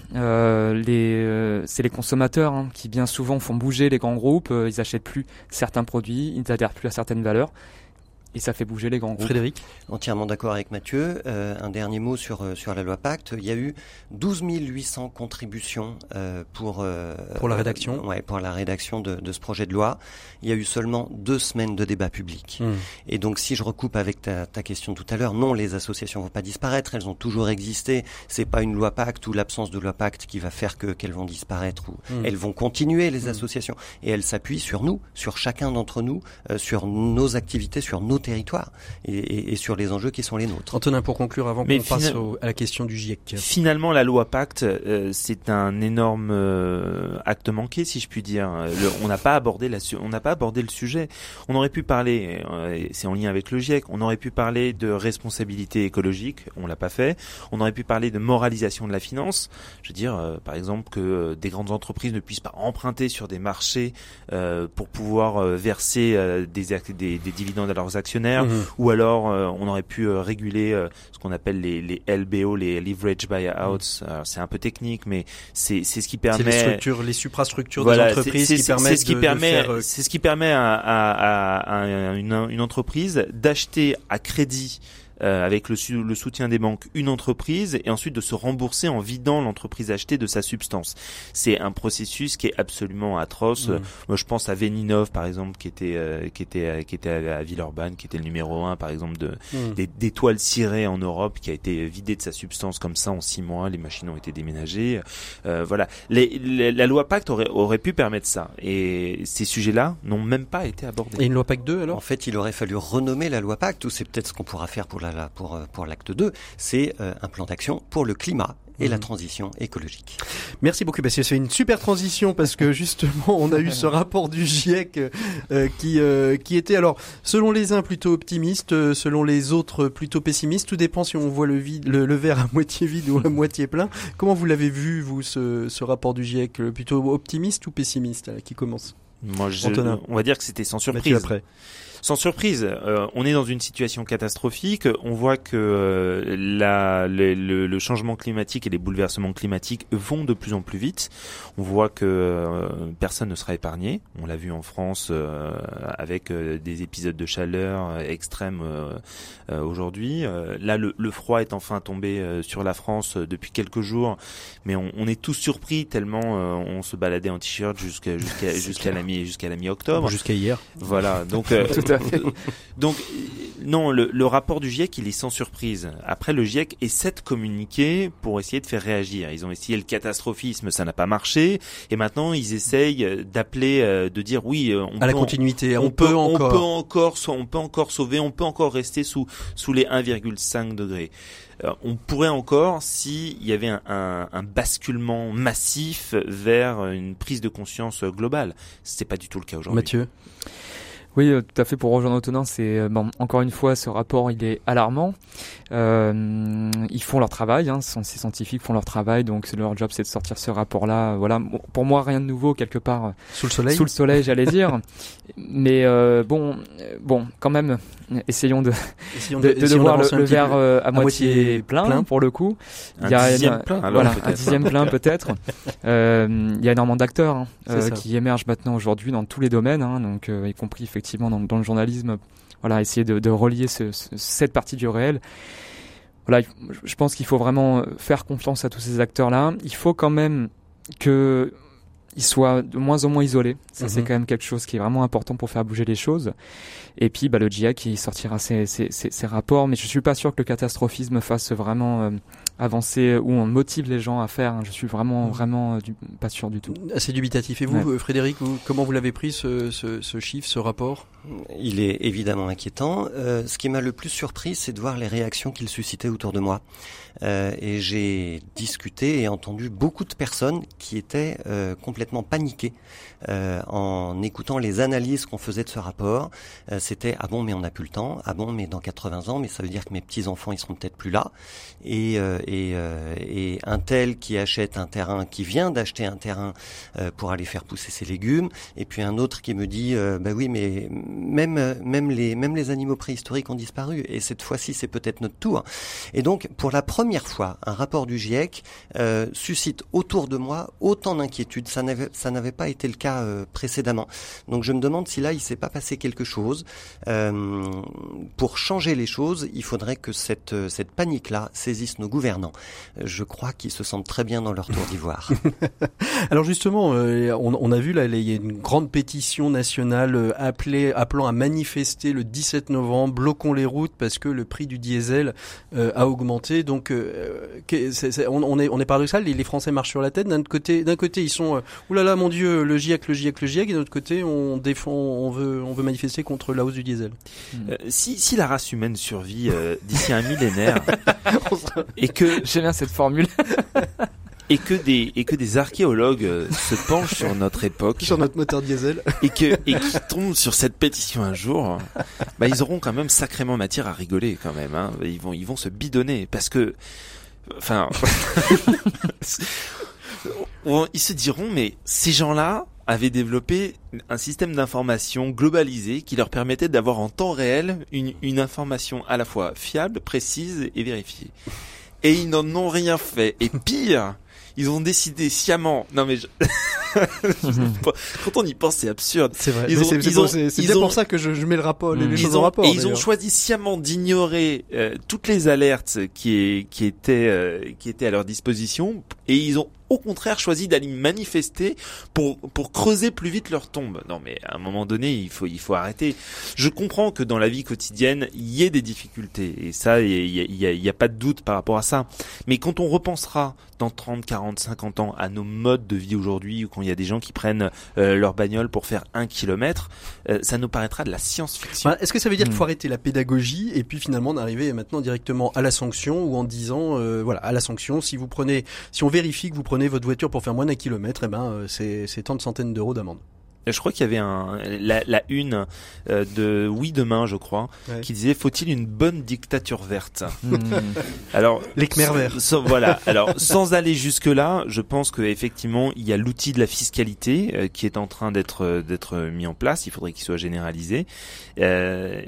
C'est les consommateurs qui bien souvent font bouger les grands groupes. Ils achètent plus certains produits, ils adhèrent plus à certaines valeurs. Et ça fait bouger les grands groupes. Frédéric ? Entièrement d'accord avec Mathieu. Un dernier mot sur la loi Pacte. Il y a eu 12 800 contributions pour la rédaction. Pour la rédaction de ce projet de loi. Il y a eu seulement 2 semaines de débat public. Et donc si je recoupe avec ta question tout à l'heure, non, les associations vont pas disparaître. Elles ont toujours existé. C'est pas une loi Pacte ou l'absence de loi Pacte qui va faire qu'elles vont disparaître. Elles vont continuer, les associations. Et elles s'appuient sur nous, sur chacun d'entre nous, sur nos activités, sur nos territoires et sur les enjeux qui sont les nôtres. Antonin, pour conclure, avant qu'on passe à la question du GIEC. Finalement, la loi Pacte, c'est un énorme acte manqué, si je puis dire. On n'a pas abordé le sujet. On aurait pu parler, c'est en lien avec le GIEC, on aurait pu parler de responsabilité écologique, on l'a pas fait. On aurait pu parler de moralisation de la finance. Je veux dire, par exemple, que des grandes entreprises ne puissent pas emprunter sur des marchés pour pouvoir verser des dividendes à leurs actionnaires, ou alors on aurait pu réguler ce qu'on appelle les LBO, les leverage buyouts. Alors, c'est un peu technique, mais c'est ce qui permet les suprastructures des entreprises qui permettent c'est ce qui permet à une entreprise d'acheter à crédit avec le soutien des banques une entreprise et ensuite de se rembourser en vidant l'entreprise achetée de sa substance. C'est un processus qui est absolument atroce. Moi, je pense à Veninov, par exemple, qui était à Villeurbanne, qui était le numéro 1, par exemple, des toiles cirées en Europe, qui a été vidé de sa substance comme ça en 6 mois. Les machines ont été déménagées. Voilà. La loi Pacte aurait pu permettre ça. Et ces sujets-là n'ont même pas été abordés. Et une loi Pacte 2, alors? En fait, il aurait fallu renommer la loi Pacte, ou c'est peut-être ce qu'on pourra faire pour l'acte 2, c'est un plan d'action pour le climat et la transition écologique. Merci beaucoup, parce que c'est une super transition, parce que justement on a eu ce rapport du GIEC qui était, alors, selon les uns plutôt optimiste, selon les autres plutôt pessimiste. Tout dépend si on voit le verre à moitié vide ou à moitié plein. Comment vous l'avez vu, vous, ce rapport du GIEC, plutôt optimiste ou pessimiste, qui commence? Moi, on va dire que c'était sans surprise. Après. Sans surprise, on est dans une situation catastrophique. On voit que le changement climatique et les bouleversements climatiques vont de plus en plus vite. On voit que personne ne sera épargné. On l'a vu en France avec des épisodes de chaleur extrêmes aujourd'hui. Là, le froid est enfin tombé sur la France depuis quelques jours, mais on est tous surpris tellement on se baladait en t-shirt jusqu'à la mi-octobre. Jusqu'à hier. Voilà. Donc donc non, le rapport du GIEC, il est sans surprise. Après, le GIEC essaie de communiquer pour essayer de faire réagir. Ils ont essayé le catastrophisme, ça n'a pas marché, et maintenant ils essayent d'appeler, de dire oui, on peut encore sauver, on peut encore rester sous les 1,5 degrés. On pourrait encore, s'il y avait un basculement massif vers une prise de conscience globale. C'est pas du tout le cas aujourd'hui. Mathieu? Oui, tout à fait. Pour rejoindre Antonin, c'est encore une fois, ce rapport, il est alarmant. Ils font leur travail, ces scientifiques font leur travail, donc leur job, c'est de sortir ce rapport-là. Voilà, pour moi, rien de nouveau quelque part. Sous le soleil. Sous le soleil, j'allais dire. Mais bon, quand même, essayons de voir le verre à moitié plein pour le coup. Il y a un dixième plein peut-être. Il y a énormément d'acteurs qui émergent maintenant aujourd'hui dans tous les domaines, donc y compris effectivement dans le journalisme. Voilà, essayer de relier cette partie du réel. Voilà, je pense qu'il faut vraiment faire confiance à tous ces acteurs-là. Il faut quand même qu'ils soient de moins en moins isolés. Ça, c'est quand même quelque chose qui est vraiment important pour faire bouger les choses. Et puis, le GIEC, il sortira ses rapports, mais je suis pas sûr que le catastrophisme fasse vraiment avancer ou on motive les gens à faire. Je suis vraiment pas sûr du tout. Assez dubitatif. Et vous, Frédéric, comment vous l'avez pris ce chiffre, ce rapport? Il est évidemment inquiétant. Ce qui m'a le plus surpris, c'est de voir les réactions qu'il suscitait autour de moi. Et j'ai discuté et entendu beaucoup de personnes qui étaient complètement paniquées en écoutant les analyses qu'on faisait de ce rapport. C'était « Ah bon, mais on n'a plus le temps. Ah bon, mais dans 80 ans, mais ça veut dire que mes petits-enfants, ils seront peut-être plus là. » Et et un tel qui achète un terrain, qui vient d'acheter un terrain pour aller faire pousser ses légumes, et puis un autre qui me dit bah oui, mais même les animaux préhistoriques ont disparu, et cette fois-ci c'est peut-être notre tour. Et donc pour la première fois, un rapport du GIEC suscite autour de moi autant d'inquiétudes. Ça n'avait pas été le cas précédemment. Donc je me demande si là il s'est pas passé quelque chose. Pour changer les choses, il faudrait que cette panique-là saisisse nos gouvernants. Je crois qu'ils se sentent très bien dans leur tour d'ivoire. Alors justement, on a vu là, il y a une grande pétition nationale appelant à manifester le 17 novembre, bloquons les routes parce que le prix du diesel a augmenté. Donc on est paradoxal, les Français marchent sur la tête. D'un côté ils sont oulala mon Dieu, le GIEC, et de l'autre côté on veut manifester contre la hausse du diesel. Si la race humaine survit d'ici un millénaire et que j'aime bien cette formule. Et que des archéologues se penchent sur notre époque, sur notre moteur diesel, et qui tombent sur cette pétition un jour, bah ils auront quand même sacrément matière à rigoler quand même. Hein. Ils vont se bidonner parce que, enfin, ils se diront mais ces gens-là avaient développé un système d'information globalisé qui leur permettait d'avoir en temps réel une information à la fois fiable, précise et vérifiée. Et ils n'en ont rien fait. Et pire, ils ont décidé sciemment. Non mais quand on y pense, c'est absurde. C'est vrai. C'est bien pour ça que je mets le rapport, les choses en rapport. Et ils ont choisi sciemment d'ignorer toutes les alertes qui étaient à leur disposition, et ils ont au contraire choisi d'aller manifester pour creuser plus vite leur tombe. Non mais à un moment donné, il faut arrêter. Je comprends que dans la vie quotidienne, il y ait des difficultés, et ça, il y a pas de doute par rapport à ça. Mais quand on repensera dans 30, 40, 50 ans à nos modes de vie aujourd'hui, ou quand il y a des gens qui prennent leur bagnole pour faire 1 kilomètre, ça nous paraîtra de la science-fiction. Est-ce que ça veut dire qu'il faut arrêter la pédagogie et puis finalement d'arriver maintenant directement à la sanction, ou en disant à la sanction, si on vérifie que vous prenez votre voiture pour faire moins d'1 kilomètre, c'est tant de centaines d'euros d'amende. Je crois qu'il y avait la une de Oui Demain, je crois, qui disait faut-il une bonne dictature verte. Alors les Khmers verts. Voilà. Alors sans aller jusque là, je pense que effectivement il y a l'outil de la fiscalité qui est en train d'être mis en place. Il faudrait qu'il soit généralisé, qu'à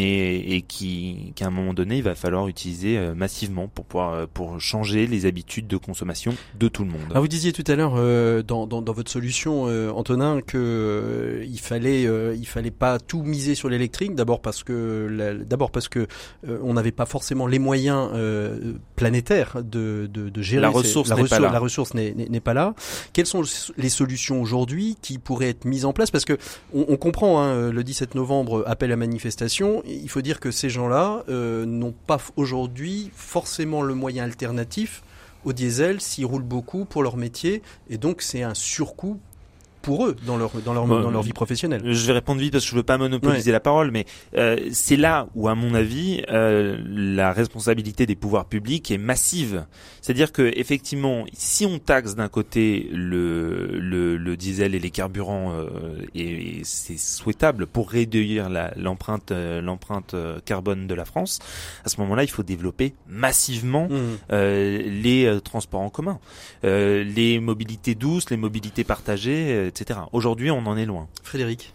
un moment donné il va falloir utiliser massivement pour changer les habitudes de consommation de tout le monde. Alors vous disiez tout à l'heure dans votre solution, Antonin, que il fallait pas tout miser sur l'électrique, d'abord parce que on n'avait pas forcément les moyens planétaires de gérer la ressource n'est pas là. Quelles sont les solutions aujourd'hui qui pourraient être mises en place, parce que on comprend le 17 novembre appel à manifestation, il faut dire que ces gens-là n'ont pas aujourd'hui forcément le moyen alternatif au diesel s'ils roulent beaucoup pour leur métier, et donc c'est un surcoût pour eux dans leur vie professionnelle. Je vais répondre vite parce que je veux pas monopoliser la parole, mais c'est là où, à mon avis, la responsabilité des pouvoirs publics est massive. C'est-à-dire que effectivement, si on taxe d'un côté le diesel et les carburants, et c'est souhaitable pour réduire l'empreinte carbone de la France, à ce moment-là, il faut développer massivement les transports en commun, les mobilités douces, les mobilités partagées, etc. Aujourd'hui, on en est loin. Frédéric.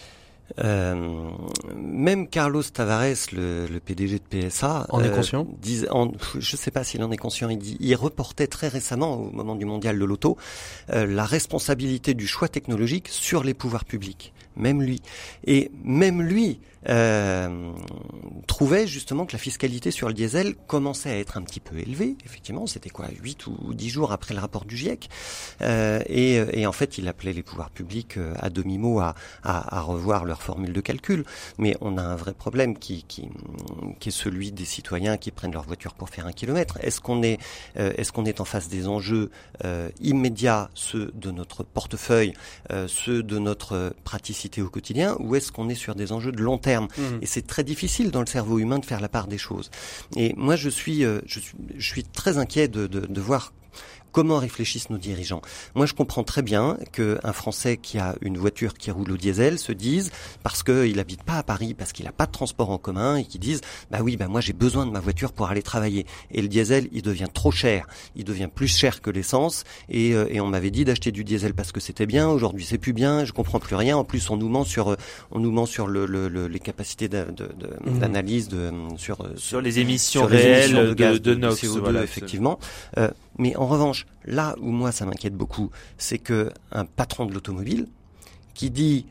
Même Carlos Tavares, le PDG de PSA, en est conscient. Je sais pas s'il en est conscient. Il reportait très récemment, au moment du mondial de l'auto, la responsabilité du choix technologique sur les pouvoirs publics. Même lui. Et même lui trouvait justement que la fiscalité sur le diesel commençait à être un petit peu élevée. Effectivement, c'était 8 ou 10 jours après le rapport du GIEC. Et en fait, il appelait les pouvoirs publics à demi-mot à revoir leur formule de calcul. Mais on a un vrai problème qui est celui des citoyens qui prennent leur voiture pour faire 1 kilomètre. Est-ce qu'on est en face des enjeux immédiats, ceux de notre portefeuille, ceux de notre praticité au quotidien, ou est-ce qu'on est sur des enjeux de long terme? Et c'est très difficile dans le cerveau humain de faire la part des choses. Et moi, je suis très inquiet de voir Comment réfléchissent nos dirigeants? Moi, je comprends très bien qu'un Français qui a une voiture qui roule au diesel se dise, parce qu'il n'habite pas à Paris, parce qu'il n'a pas de transport en commun, et qu'il dise, moi j'ai besoin de ma voiture pour aller travailler. Et le diesel, il devient trop cher. Il devient plus cher que l'essence. Et on m'avait dit d'acheter du diesel parce que c'était bien. Aujourd'hui, c'est plus bien. Je comprends plus rien. En plus, on nous ment sur les capacités d'analyse sur les émissions réelles de NOx, CO2, voilà, effectivement. Mais en revanche, là où moi ça m'inquiète beaucoup, c'est que un patron de l'automobile qui dit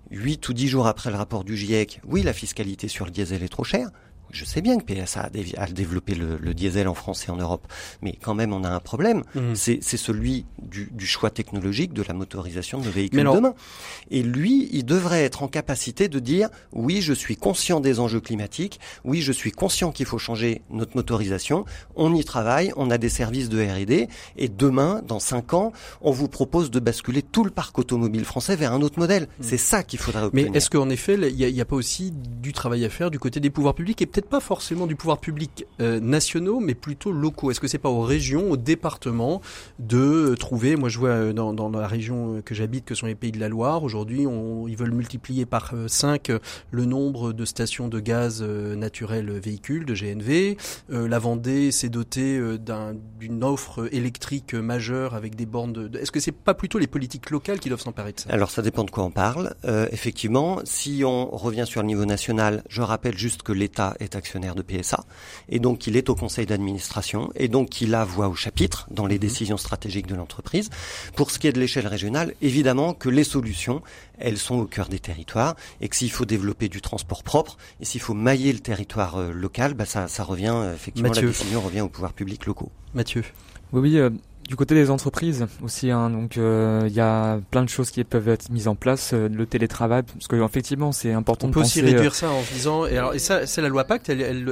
8 ou 10 jours après le rapport du GIEC, oui, la fiscalité sur le diesel est trop chère. Je sais bien que PSA a développé le diesel en France et en Europe, mais quand même on a un problème. C'est celui du choix technologique de la motorisation de nos véhicules demain. Et lui, il devrait être en capacité de dire oui, je suis conscient des enjeux climatiques, oui, je suis conscient qu'il faut changer notre motorisation, on y travaille, on a des services de R&D, et demain, dans 5 ans, on vous propose de basculer tout le parc automobile français vers un autre modèle. C'est ça qu'il faudrait obtenir. Mais est-ce qu'en effet, il y a pas aussi du travail à faire du côté des pouvoirs publics, et peut-être pas forcément du pouvoir public nationaux, mais plutôt locaux? Est-ce que c'est pas aux régions, aux départements de trouver, moi je vois dans la région que j'habite, que sont les Pays de la Loire, aujourd'hui ils veulent multiplier par 5 le nombre de stations de gaz naturel véhicules, de GNV. La Vendée s'est dotée d'une offre électrique majeure avec des bornes Est-ce que c'est pas plutôt les politiques locales qui doivent s'emparer de ça? Alors ça dépend de quoi on parle. Effectivement, si on revient sur le niveau national, je rappelle juste que l'État est actionnaire de PSA, et donc il est au conseil d'administration, et donc il a voix au chapitre dans les décisions stratégiques de l'entreprise. Pour ce qui est de l'échelle régionale, évidemment que les solutions, elles sont au cœur des territoires, et que s'il faut développer du transport propre, et s'il faut mailler le territoire local, ça revient, effectivement, Mathieu. La décision revient aux pouvoirs publics locaux. Mathieu. Oui, du côté des entreprises aussi, donc il y a plein de choses qui peuvent être mises en place, le télétravail, parce que effectivement c'est important. On peut aussi réduire ça en se disant, et ça c'est la loi Pacte,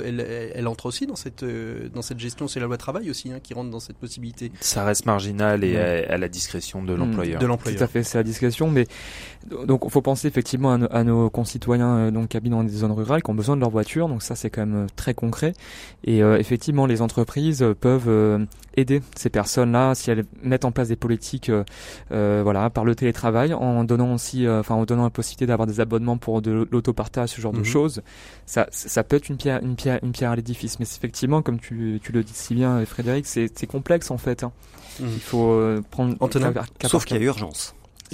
elle entre aussi dans cette gestion, c'est la loi travail aussi qui rentre dans cette possibilité. Ça reste marginal et à la discrétion de l'employeur. Tout à fait, c'est à la discrétion, mais donc il faut penser effectivement à nos concitoyens qui habitent dans des zones rurales, qui ont besoin de leur voiture, donc ça c'est quand même très concret, et effectivement les entreprises peuvent aider ces personnes-là si elles mettent en place des politiques par le télétravail, en donnant aussi en donnant la possibilité d'avoir des abonnements pour de l'autopartage, ce genre de choses. Ça peut être une pierre à l'édifice, mais effectivement, comme tu le dis si bien, Frédéric, c'est complexe en fait. Il faut prendre sauf qu'il y a urgence.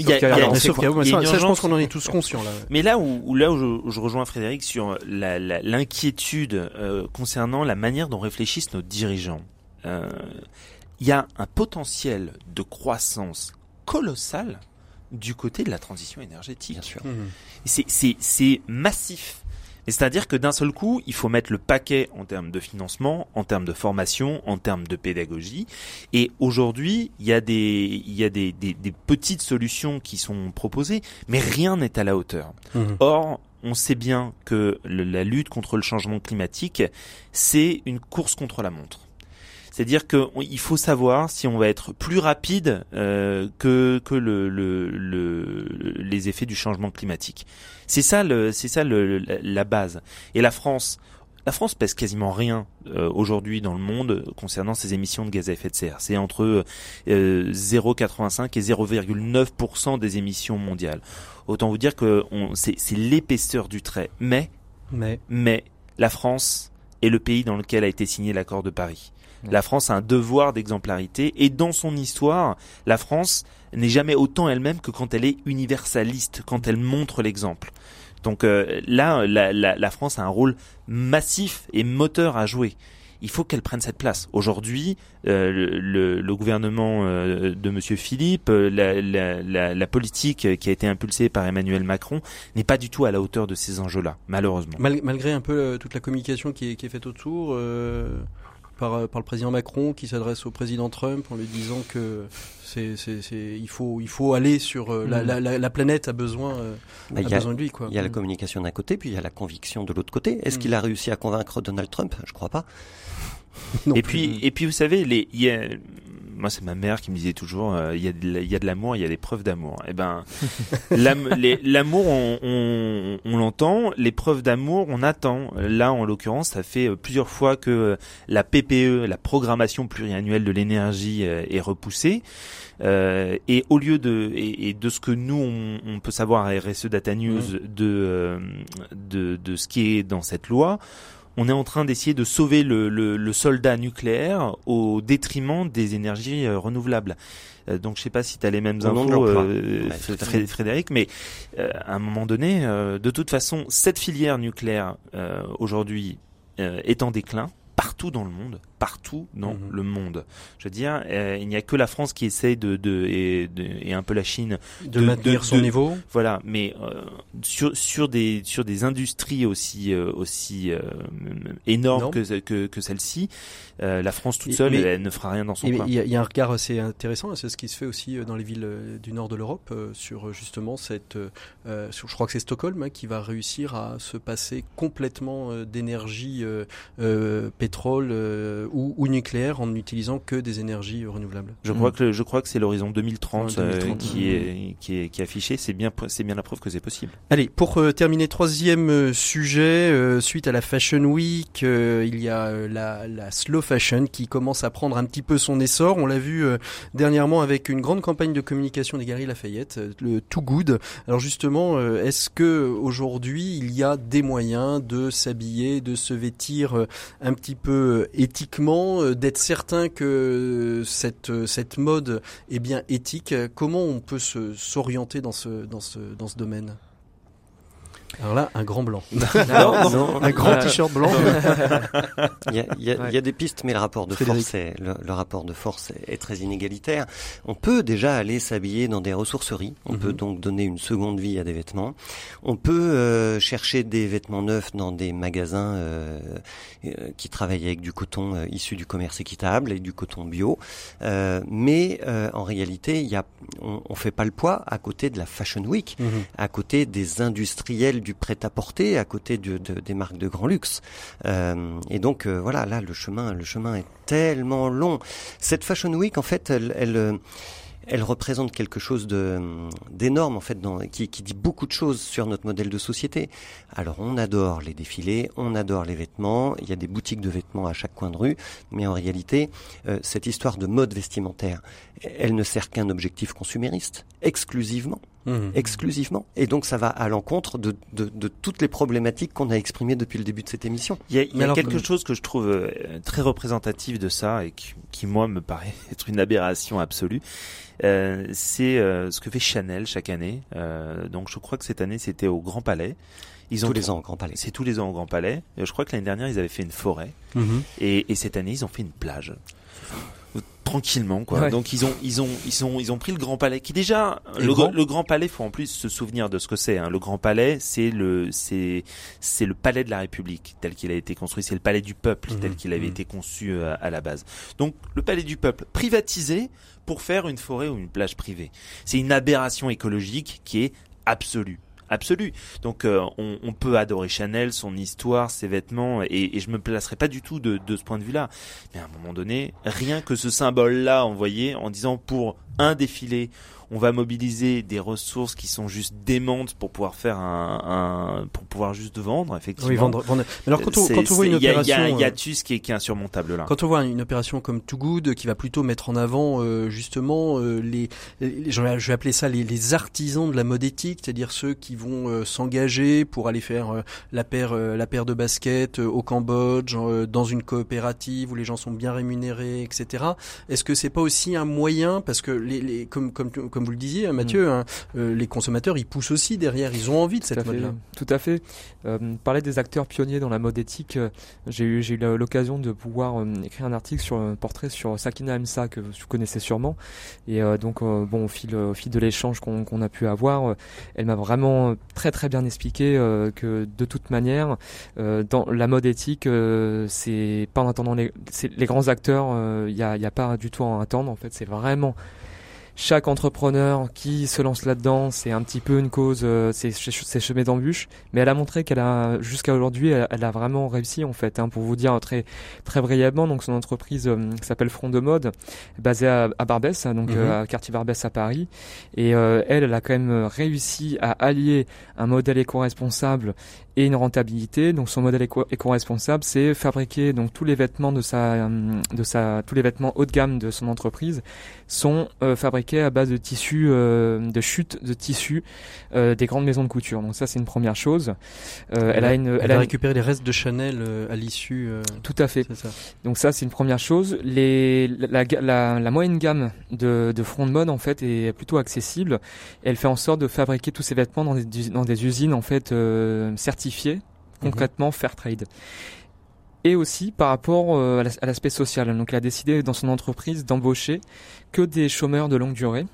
Je pense qu'on en est tous conscients là. Mais là où je rejoins Frédéric sur l'inquiétude concernant la manière dont réfléchissent nos dirigeants. Il y a un potentiel de croissance colossal du côté de la transition énergétique. Bien sûr. C'est massif. Et c'est-à-dire que d'un seul coup, il faut mettre le paquet en termes de financement, en termes de formation, en termes de pédagogie. Et aujourd'hui, il y a des petites solutions qui sont proposées, mais rien n'est à la hauteur. Or, on sait bien que la lutte contre le changement climatique, c'est une course contre la montre. C'est-à-dire qu'il faut savoir si on va être plus rapide que les effets du changement climatique. C'est ça la base. Et la France pèse quasiment rien aujourd'hui dans le monde concernant ses émissions de gaz à effet de serre. C'est entre 0,85 et 0,9% des émissions mondiales. Autant vous dire que c'est l'épaisseur du trait. Mais la France est le pays dans lequel a été signé l'accord de Paris. La France a un devoir d'exemplarité, et dans son histoire, la France n'est jamais autant elle-même que quand elle est universaliste, quand elle montre l'exemple. Donc là, la France a un rôle massif et moteur à jouer. Il faut qu'elle prenne cette place. Aujourd'hui, le gouvernement de Monsieur Philippe, la politique qui a été impulsée par Emmanuel Macron n'est pas du tout à la hauteur de ces enjeux-là, malheureusement. Malgré un peu toute la communication qui est faite autour... Par le président Macron qui s'adresse au président Trump en lui disant que il faut aller sur la planète a besoin de lui, quoi. Il y a la communication d'un côté, puis il y a la conviction de l'autre côté. Est-ce qu'il a réussi à convaincre Donald Trump? Je crois pas. Et puis, vous savez, moi, c'est ma mère qui me disait toujours, il y a de l'amour, il y a des preuves d'amour. Eh ben, l'amour, on l'entend, les preuves d'amour, on attend. Là, en l'occurrence, ça fait plusieurs fois que la PPE, la programmation pluriannuelle de l'énergie, est repoussée. Et au lieu de ce que nous on peut savoir à RSE Data News de ce qui est dans cette loi, on est en train d'essayer de sauver le soldat nucléaire au détriment des énergies renouvelables. Donc je sais pas si tu as les mêmes infos, Frédéric, mais à un moment donné, de toute façon, cette filière nucléaire aujourd'hui est en déclin partout dans le monde. Le monde. Je veux dire, il n'y a que la France qui essaye et un peu la Chine de maintenir son niveau. Voilà, mais sur des industries aussi énormes que celle-ci, la France toute seule, elle ne fera rien dans son coin. Il y a un regard assez intéressant, c'est ce qui se fait aussi dans les villes du nord de l'Europe sur justement je crois que c'est Stockholm qui va réussir à se passer complètement d'énergie pétrole ou nucléaire en n'utilisant que des énergies renouvelables. Je crois que c'est l'horizon 2030, qui est affiché. C'est bien la preuve que c'est possible. Allez, pour terminer, troisième sujet, suite à la Fashion Week, il y a la slow fashion qui commence à prendre un petit peu son essor. On l'a vu dernièrement avec une grande campagne de communication des Galeries Lafayette, le Too Good. Alors justement, est-ce que aujourd'hui il y a des moyens de s'habiller, de se vêtir un petit peu éthiquement, d'être certain que cette mode est bien éthique? Comment on peut s'orienter dans ce domaine? Alors là, un grand blanc. Non, un grand t-shirt blanc. Il y a des pistes, mais le rapport de force est très inégalitaire. On peut déjà aller s'habiller dans des ressourceries. On peut donc donner une seconde vie à des vêtements. On peut chercher des vêtements neufs dans des magasins qui travaillent avec du coton issu du commerce équitable et du coton bio. Mais en réalité, on fait pas le poids à côté de la Fashion Week, à côté des industriels du prêt-à-porter, à côté des marques de grand luxe. Et donc voilà, là le chemin est tellement long. Cette Fashion Week, en fait, elle représente quelque chose d'énorme en fait, qui dit beaucoup de choses sur notre modèle de société. Alors on adore les défilés, on adore les vêtements, il y a des boutiques de vêtements à chaque coin de rue, mais en réalité, cette histoire de mode vestimentaire, elle ne sert qu'un objectif consumériste, exclusivement. Et donc ça va à l'encontre de toutes les problématiques qu'on a exprimées depuis le début de cette émission. Il y a quelque chose que je trouve très représentatif de ça et qui moi me paraît être une aberration absolue. C'est ce que fait Chanel chaque année. Donc je crois que cette année c'était au Grand Palais. Tous les ans au Grand Palais. C'est tous les ans au Grand Palais. Je crois que l'année dernière ils avaient fait une forêt et cette année ils ont fait une plage. Tranquillement quoi. Ouais. Donc ils ont pris le Grand Palais qui déjà le Grand Palais, faut en plus se souvenir de ce que c'est. Le Grand Palais, c'est le palais de la République tel qu'il a été construit, c'est le palais du peuple tel qu'il avait été conçu à la base. Donc le palais du peuple privatisé pour faire une forêt ou une plage privée. C'est une aberration écologique qui est absolue. Donc on peut adorer Chanel, son histoire, ses vêtements, et je me placerai pas du tout de ce point de vue-là. Mais à un moment donné, rien que ce symbole-là envoyé en disant pour un défilé, on va mobiliser des ressources qui sont juste démentes pour pouvoir faire pour pouvoir juste vendre, effectivement. Oui, vendre. Mais alors quand on voit une opération, il y a un hiatus qui est insurmontable là. Quand on voit une opération comme Too Good qui va plutôt mettre en avant justement je vais appeler ça les artisans de la mode éthique, c'est-à-dire ceux qui vont s'engager pour aller faire la paire de baskets au Cambodge, dans une coopérative où les gens sont bien rémunérés, etc. Est-ce que c'est pas aussi un moyen, parce que comme vous le disiez, Mathieu, les consommateurs, ils poussent aussi derrière, ils ont envie de cette mode-là. Tout à fait. Parler des acteurs pionniers dans la mode éthique, j'ai eu l'occasion de pouvoir écrire un article sur un portrait sur Sakina Hamza, que vous connaissez sûrement. Et donc, au fil de l'échange qu'on a pu avoir, elle m'a vraiment très très bien expliqué que de toute manière, dans la mode éthique, c'est pas en attendant les grands acteurs, il y a pas du tout à attendre. En fait, c'est vraiment chaque entrepreneur qui se lance là-dedans, c'est un petit peu une cause, c'est semé d'embûches, mais elle a montré qu'elle a, jusqu'à aujourd'hui, elle a vraiment réussi en fait. Pour vous dire très très brièvement, donc son entreprise s'appelle Front de Mode, basée à Barbès, donc à quartier Barbès à Paris, et elle a quand même réussi à allier un modèle éco-responsable et une rentabilité. Donc son modèle éco-responsable, c'est fabriquer donc tous les vêtements tous les vêtements haut de gamme de son entreprise sont fabriqués à base de tissus, de chutes de tissus des grandes maisons de couture. Donc ça, c'est une première chose. Elle a récupéré les restes de Chanel à l'issue. Tout à fait. C'est ça. Donc ça, c'est une première chose. La moyenne gamme de Front de Mode en fait est plutôt accessible. Elle fait en sorte de fabriquer tous ces vêtements dans des usines en fait certifiées, concrètement Fairtrade. Et aussi par rapport à l'aspect social. Donc elle a décidé dans son entreprise d'embaucher que des chômeurs de longue durée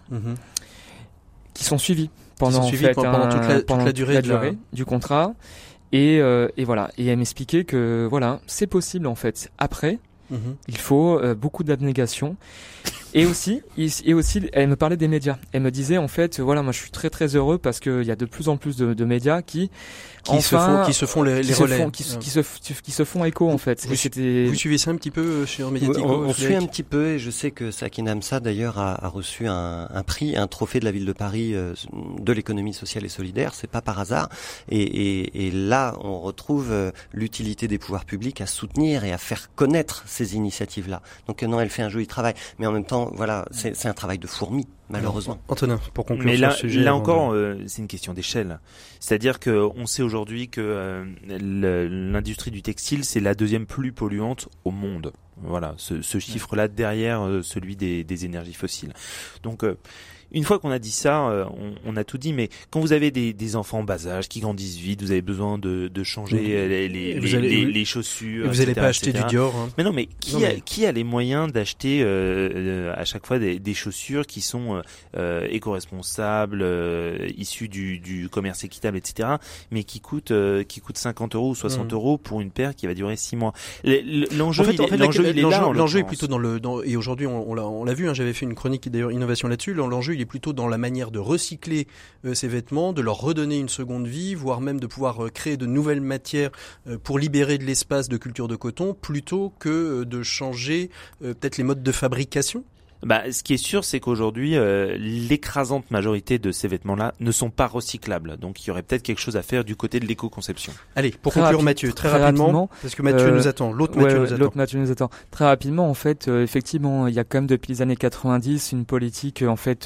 qui sont suivis pendant toute la durée du contrat. Et voilà. Et elle m'expliquait que voilà, c'est possible en fait. Après, il faut beaucoup d'abnégation. Et aussi, elle me parlait des médias. Elle me disait en fait, voilà, moi je suis très très heureux parce qu'il y a de plus en plus de médias qui se font les relais, qui se font écho en fait. Vous suivez ça un petit peu sur Mediatico? On suit un petit peu, et je sais que Sakin Hamza d'ailleurs a reçu un prix, un trophée de la ville de Paris de l'économie sociale et solidaire. C'est pas par hasard. Et là, on retrouve l'utilité des pouvoirs publics à soutenir et à faire connaître ces initiatives-là. Donc non, elle fait un joli travail, mais en même temps, voilà, c'est un travail de fourmi, malheureusement. Antonin, pour conclure mais sur ce sujet. Là encore, c'est une question d'échelle. C'est-à-dire qu'on sait aujourd'hui que l'industrie du textile, c'est la deuxième plus polluante au monde. Voilà, ce chiffre-là derrière celui des énergies fossiles. Donc, une fois qu'on a dit ça, on a tout dit. Mais quand vous avez des enfants en bas âge qui grandissent vite, vous avez besoin de changer les chaussures. Vous n'allez pas acheter du Dior. Mais non, mais qui a les moyens d'acheter à chaque fois des chaussures qui sont éco-responsables, issues du commerce équitable, etc. Mais qui coûtent 50 euros ou 60 euros pour une paire qui va durer 6 mois. L'enjeu est plutôt et aujourd'hui on l'a vu. J'avais fait une chronique d'ailleurs innovation là-dessus. L'enjeu il est plutôt dans la manière de recycler ces vêtements, de leur redonner une seconde vie, voire même de pouvoir créer de nouvelles matières pour libérer de l'espace de culture de coton, plutôt que de changer peut-être les modes de fabrication. Ce qui est sûr, c'est qu'aujourd'hui, l'écrasante majorité de ces vêtements-là ne sont pas recyclables. Donc, il y aurait peut-être quelque chose à faire du côté de l'éco-conception. Allez, pour conclure, Mathieu, très rapidement, parce que Mathieu nous attend. L'autre Mathieu nous attend. Très rapidement, en fait, effectivement, il y a quand même depuis les années 90 une politique, en fait,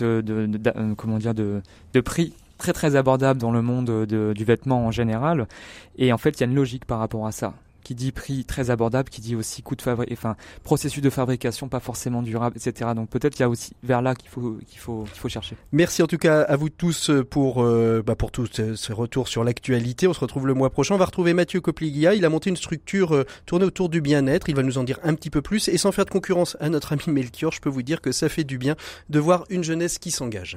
de prix très très abordable dans le monde du vêtement en général. Et en fait, il y a une logique par rapport à ça. Qui dit prix très abordable, qui dit aussi processus de fabrication pas forcément durable, etc. Donc peut-être qu'il y a aussi vers là qu'il faut chercher. Merci en tout cas à vous tous pour tous ces retours sur l'actualité. On se retrouve le mois prochain. On va retrouver Mathieu Copliglia. Il a monté une structure tournée autour du bien-être. Il va nous en dire un petit peu plus. Et sans faire de concurrence à notre ami Melchior, je peux vous dire que ça fait du bien de voir une jeunesse qui s'engage.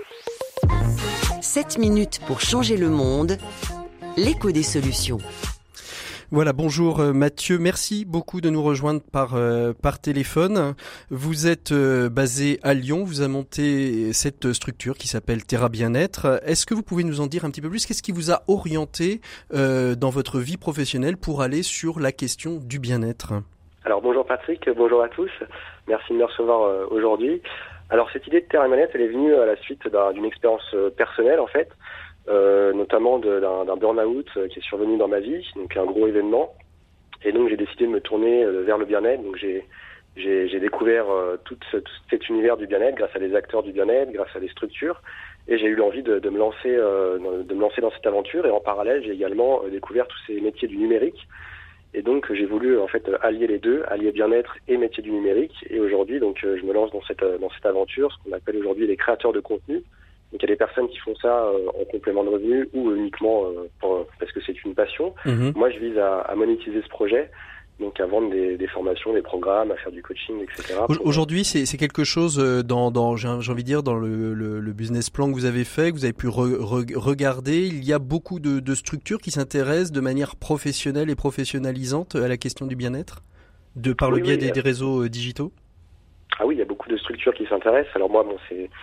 7 minutes pour changer le monde. L'écho des solutions. Voilà, bonjour Mathieu, merci beaucoup de nous rejoindre par téléphone. Vous êtes basé à Lyon, vous avez monté cette structure qui s'appelle Terra Bien-être. Est-ce que vous pouvez nous en dire un petit peu plus? Qu'est-ce qui vous a orienté dans votre vie professionnelle pour aller sur la question du bien-être? Alors bonjour Patrick, bonjour à tous, merci de me recevoir aujourd'hui. Alors cette idée de Terra Bien-être, elle est venue à la suite d'une expérience personnelle en fait. Notamment d'un burn-out qui est survenu dans ma vie, donc un gros événement. Et donc j'ai décidé de me tourner vers le bien-être. Donc j'ai découvert tout cet univers du bien-être grâce à des acteurs du bien-être, grâce à des structures. Et j'ai eu l'envie de me lancer dans cette aventure. Et en parallèle, j'ai également découvert tous ces métiers du numérique. Et donc j'ai voulu en fait allier les deux, allier bien-être et métier du numérique. Et aujourd'hui, donc je me lance dans cette aventure, ce qu'on appelle aujourd'hui les créateurs de contenu. Donc il y a des personnes qui font ça en complément de revenus ou uniquement parce que c'est une passion. Moi, je vise à monétiser ce projet, donc à vendre des formations, des programmes, à faire du coaching, etc. Aujourd'hui, c'est quelque chose dans j'ai envie de dire dans le business plan que vous avez fait, que vous avez pu regarder. Il y a beaucoup de structures qui s'intéressent de manière professionnelle et professionnalisante à la question du bien-être, par le biais des réseaux digitaux. Ah oui, il y a beaucoup de structures qui s'intéressent. Alors moi,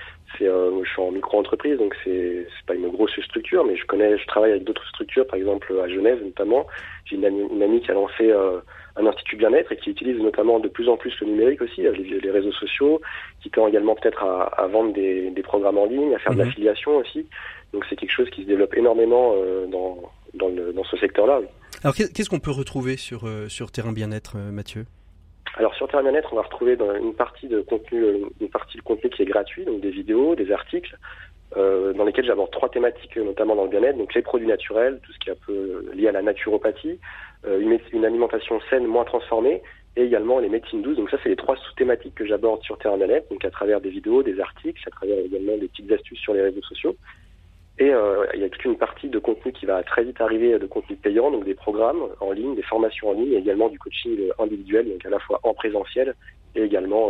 je suis en micro-entreprise, donc c'est pas une grosse structure, mais je travaille avec d'autres structures, par exemple à Genève notamment. J'ai une amie qui a lancé un institut bien-être et qui utilise notamment de plus en plus le numérique aussi, les réseaux sociaux, qui tend également peut-être à vendre des programmes en ligne, à faire de l'affiliation aussi. Donc c'est quelque chose qui se développe énormément dans ce secteur-là. Oui. Alors qu'est-ce qu'on peut retrouver sur Terrain Bien-être, Mathieu ? Alors sur Terrain Bien-être, on va retrouver une partie de contenu qui est gratuit, donc des vidéos, des articles, dans lesquels j'aborde 3 thématiques, notamment dans le bien-être, donc les produits naturels, tout ce qui est un peu lié à la naturopathie, une alimentation saine, moins transformée, et également les médecines douces. Donc ça, c'est les 3 sous-thématiques que j'aborde sur Terrain Bien-être, donc à travers des vidéos, des articles, à travers également des petites astuces sur les réseaux sociaux. Et il y a toute une partie de contenu qui va très vite arriver, de contenu payant, donc des programmes en ligne, des formations en ligne, et également du coaching individuel, donc à la fois en présentiel et également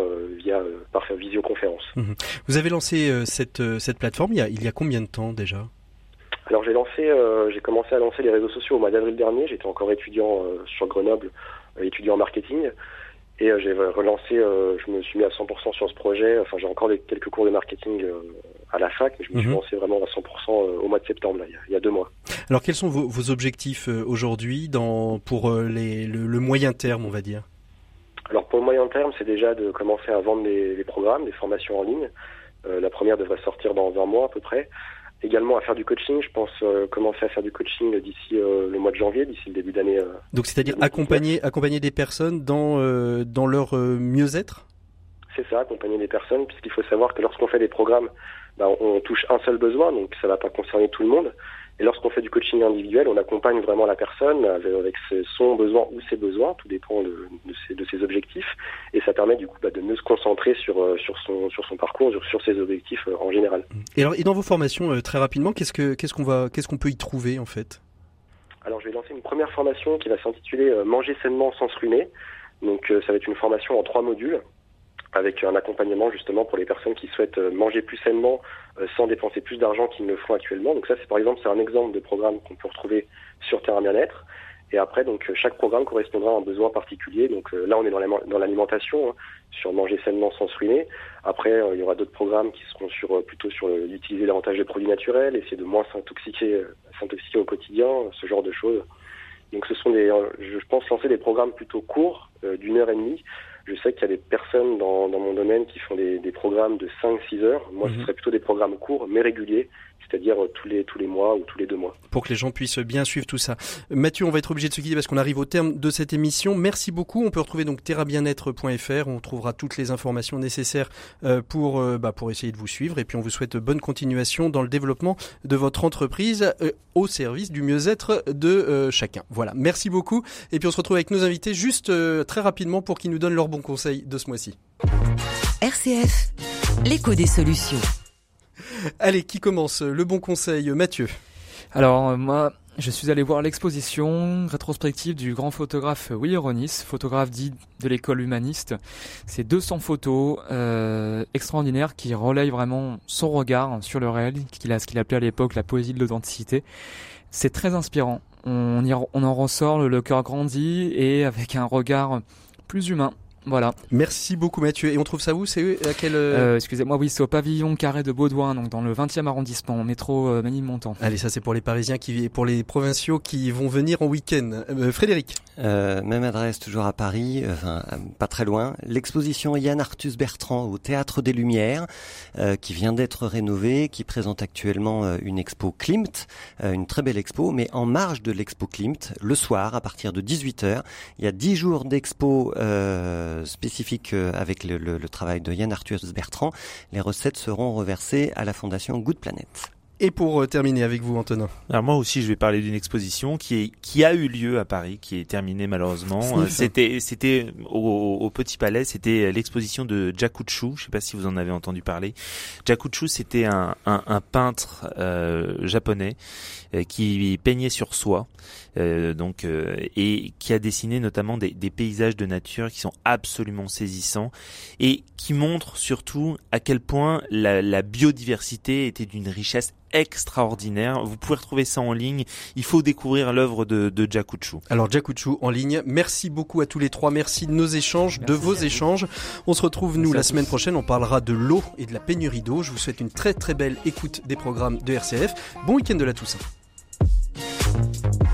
par visioconférence. Vous avez lancé cette plateforme il y a combien de temps déjà ? Alors j'ai commencé à lancer les réseaux sociaux au mois d'avril dernier. J'étais encore étudiant sur Grenoble, étudiant en marketing. Et j'ai relancé, je me suis mis à 100% sur ce projet. Enfin, j'ai encore quelques cours de marketing à la fac, mais je me suis lancé vraiment à 100% au mois de septembre, là, il y a 2 mois. Alors, quels sont vos objectifs aujourd'hui pour le moyen terme, on va dire ? Alors, pour le moyen terme, c'est déjà de commencer à vendre des programmes, des formations en ligne. La première devrait sortir dans 20 mois à peu près. Également à faire du coaching, je pense commencer à faire du coaching d'ici le mois de janvier, d'ici le début d'année. Donc c'est-à-dire accompagner des personnes dans leur mieux-être ? C'est ça, accompagner des personnes, puisqu'il faut savoir que lorsqu'on fait des programmes, on touche un seul besoin, donc ça ne va pas concerner tout le monde. Et lorsqu'on fait du coaching individuel, on accompagne vraiment la personne avec son besoin ou ses besoins, tout dépend de ses objectifs, et ça permet du coup de mieux se concentrer sur son parcours, sur ses objectifs en général. Et dans vos formations, très rapidement, qu'est-ce qu'on peut y trouver en fait ? Alors je vais lancer une première formation qui va s'intituler Manger sainement sans se ruiner. Donc ça va être une formation en 3 modules, avec un accompagnement justement pour les personnes qui souhaitent manger plus sainement sans dépenser plus d'argent qu'ils ne le font actuellement. Donc ça, c'est un exemple de programme qu'on peut retrouver sur Terrain Bien-être. Et après, donc chaque programme correspondra à un besoin particulier. Donc là, on est dans l'alimentation, sur manger sainement sans se ruiner. Après, il y aura d'autres programmes qui seront plutôt sur utiliser davantage de produits naturels, essayer de moins s'intoxiquer au quotidien, ce genre de choses. Donc ce sont je pense lancer des programmes plutôt courts, d'1h30. Je sais qu'il y a des personnes dans mon domaine qui font des programmes de 5-6 heures. Moi, ce serait plutôt des programmes courts, mais réguliers, c'est-à-dire tous les mois ou tous les 2 mois. Pour que les gens puissent bien suivre tout ça. Mathieu, on va être obligé de se quitter parce qu'on arrive au terme de cette émission. Merci beaucoup. On peut retrouver donc terrabienêtre.fr. On trouvera toutes les informations nécessaires pour essayer de vous suivre. Et puis, on vous souhaite bonne continuation dans le développement de votre entreprise au service du mieux-être de chacun. Voilà. Merci beaucoup. Et puis, on se retrouve avec nos invités juste très rapidement pour qu'ils nous donnent leurs bons conseils de ce mois-ci. RCF, l'écho des solutions. Allez, qui commence ? Le bon conseil, Mathieu. Alors moi, je suis allé voir l'exposition rétrospective du grand photographe Willy Ronis, photographe dit de l'école humaniste. C'est 200 photos extraordinaires qui relayent vraiment son regard sur le réel, ce qu'il appelait à l'époque la poésie de l'authenticité. C'est très inspirant. On en ressort le cœur grandi et avec un regard plus humain. Voilà. Merci beaucoup Mathieu. Et on trouve ça où ? C'est à quel excusez-moi, oui, c'est au pavillon Carré de Baudouin, donc dans le 20e arrondissement, métro Ménilmontant. Allez, ça c'est pour les Parisiens pour les provinciaux qui vont venir en week-end. Frédéric. Même adresse, toujours à Paris, pas très loin. L'exposition Yann Arthus Bertrand au Théâtre des Lumières, qui vient d'être rénovée, qui présente actuellement une expo Klimt, une très belle expo, mais en marge de l'expo Klimt, le soir, à partir de 18h, il y a 10 jours d'expo spécifique avec le travail de Yann Arthus Bertrand. Les recettes seront reversées à la fondation Good Planet. Et pour terminer avec vous, Antonin. Alors moi aussi, je vais parler d'une exposition qui a eu lieu à Paris, qui est terminée malheureusement. C'était au Petit Palais, c'était l'exposition de Jakuchu. Je sais pas si vous en avez entendu parler. Jakuchu, c'était un peintre japonais qui peignait sur soie, et qui a dessiné notamment des paysages de nature qui sont absolument saisissants et qui montrent surtout à quel point la biodiversité était d'une richesse extraordinaire. Vous pouvez retrouver ça en ligne. Il faut découvrir l'œuvre de Jacucho. Alors Jacucho en ligne, merci beaucoup à tous les trois, merci de nos échanges, de vos échanges. On se retrouve nous la semaine prochaine, on parlera de l'eau et de la pénurie d'eau. Je vous souhaite une très très belle écoute des programmes de RCF. Bon week-end de la Toussaint.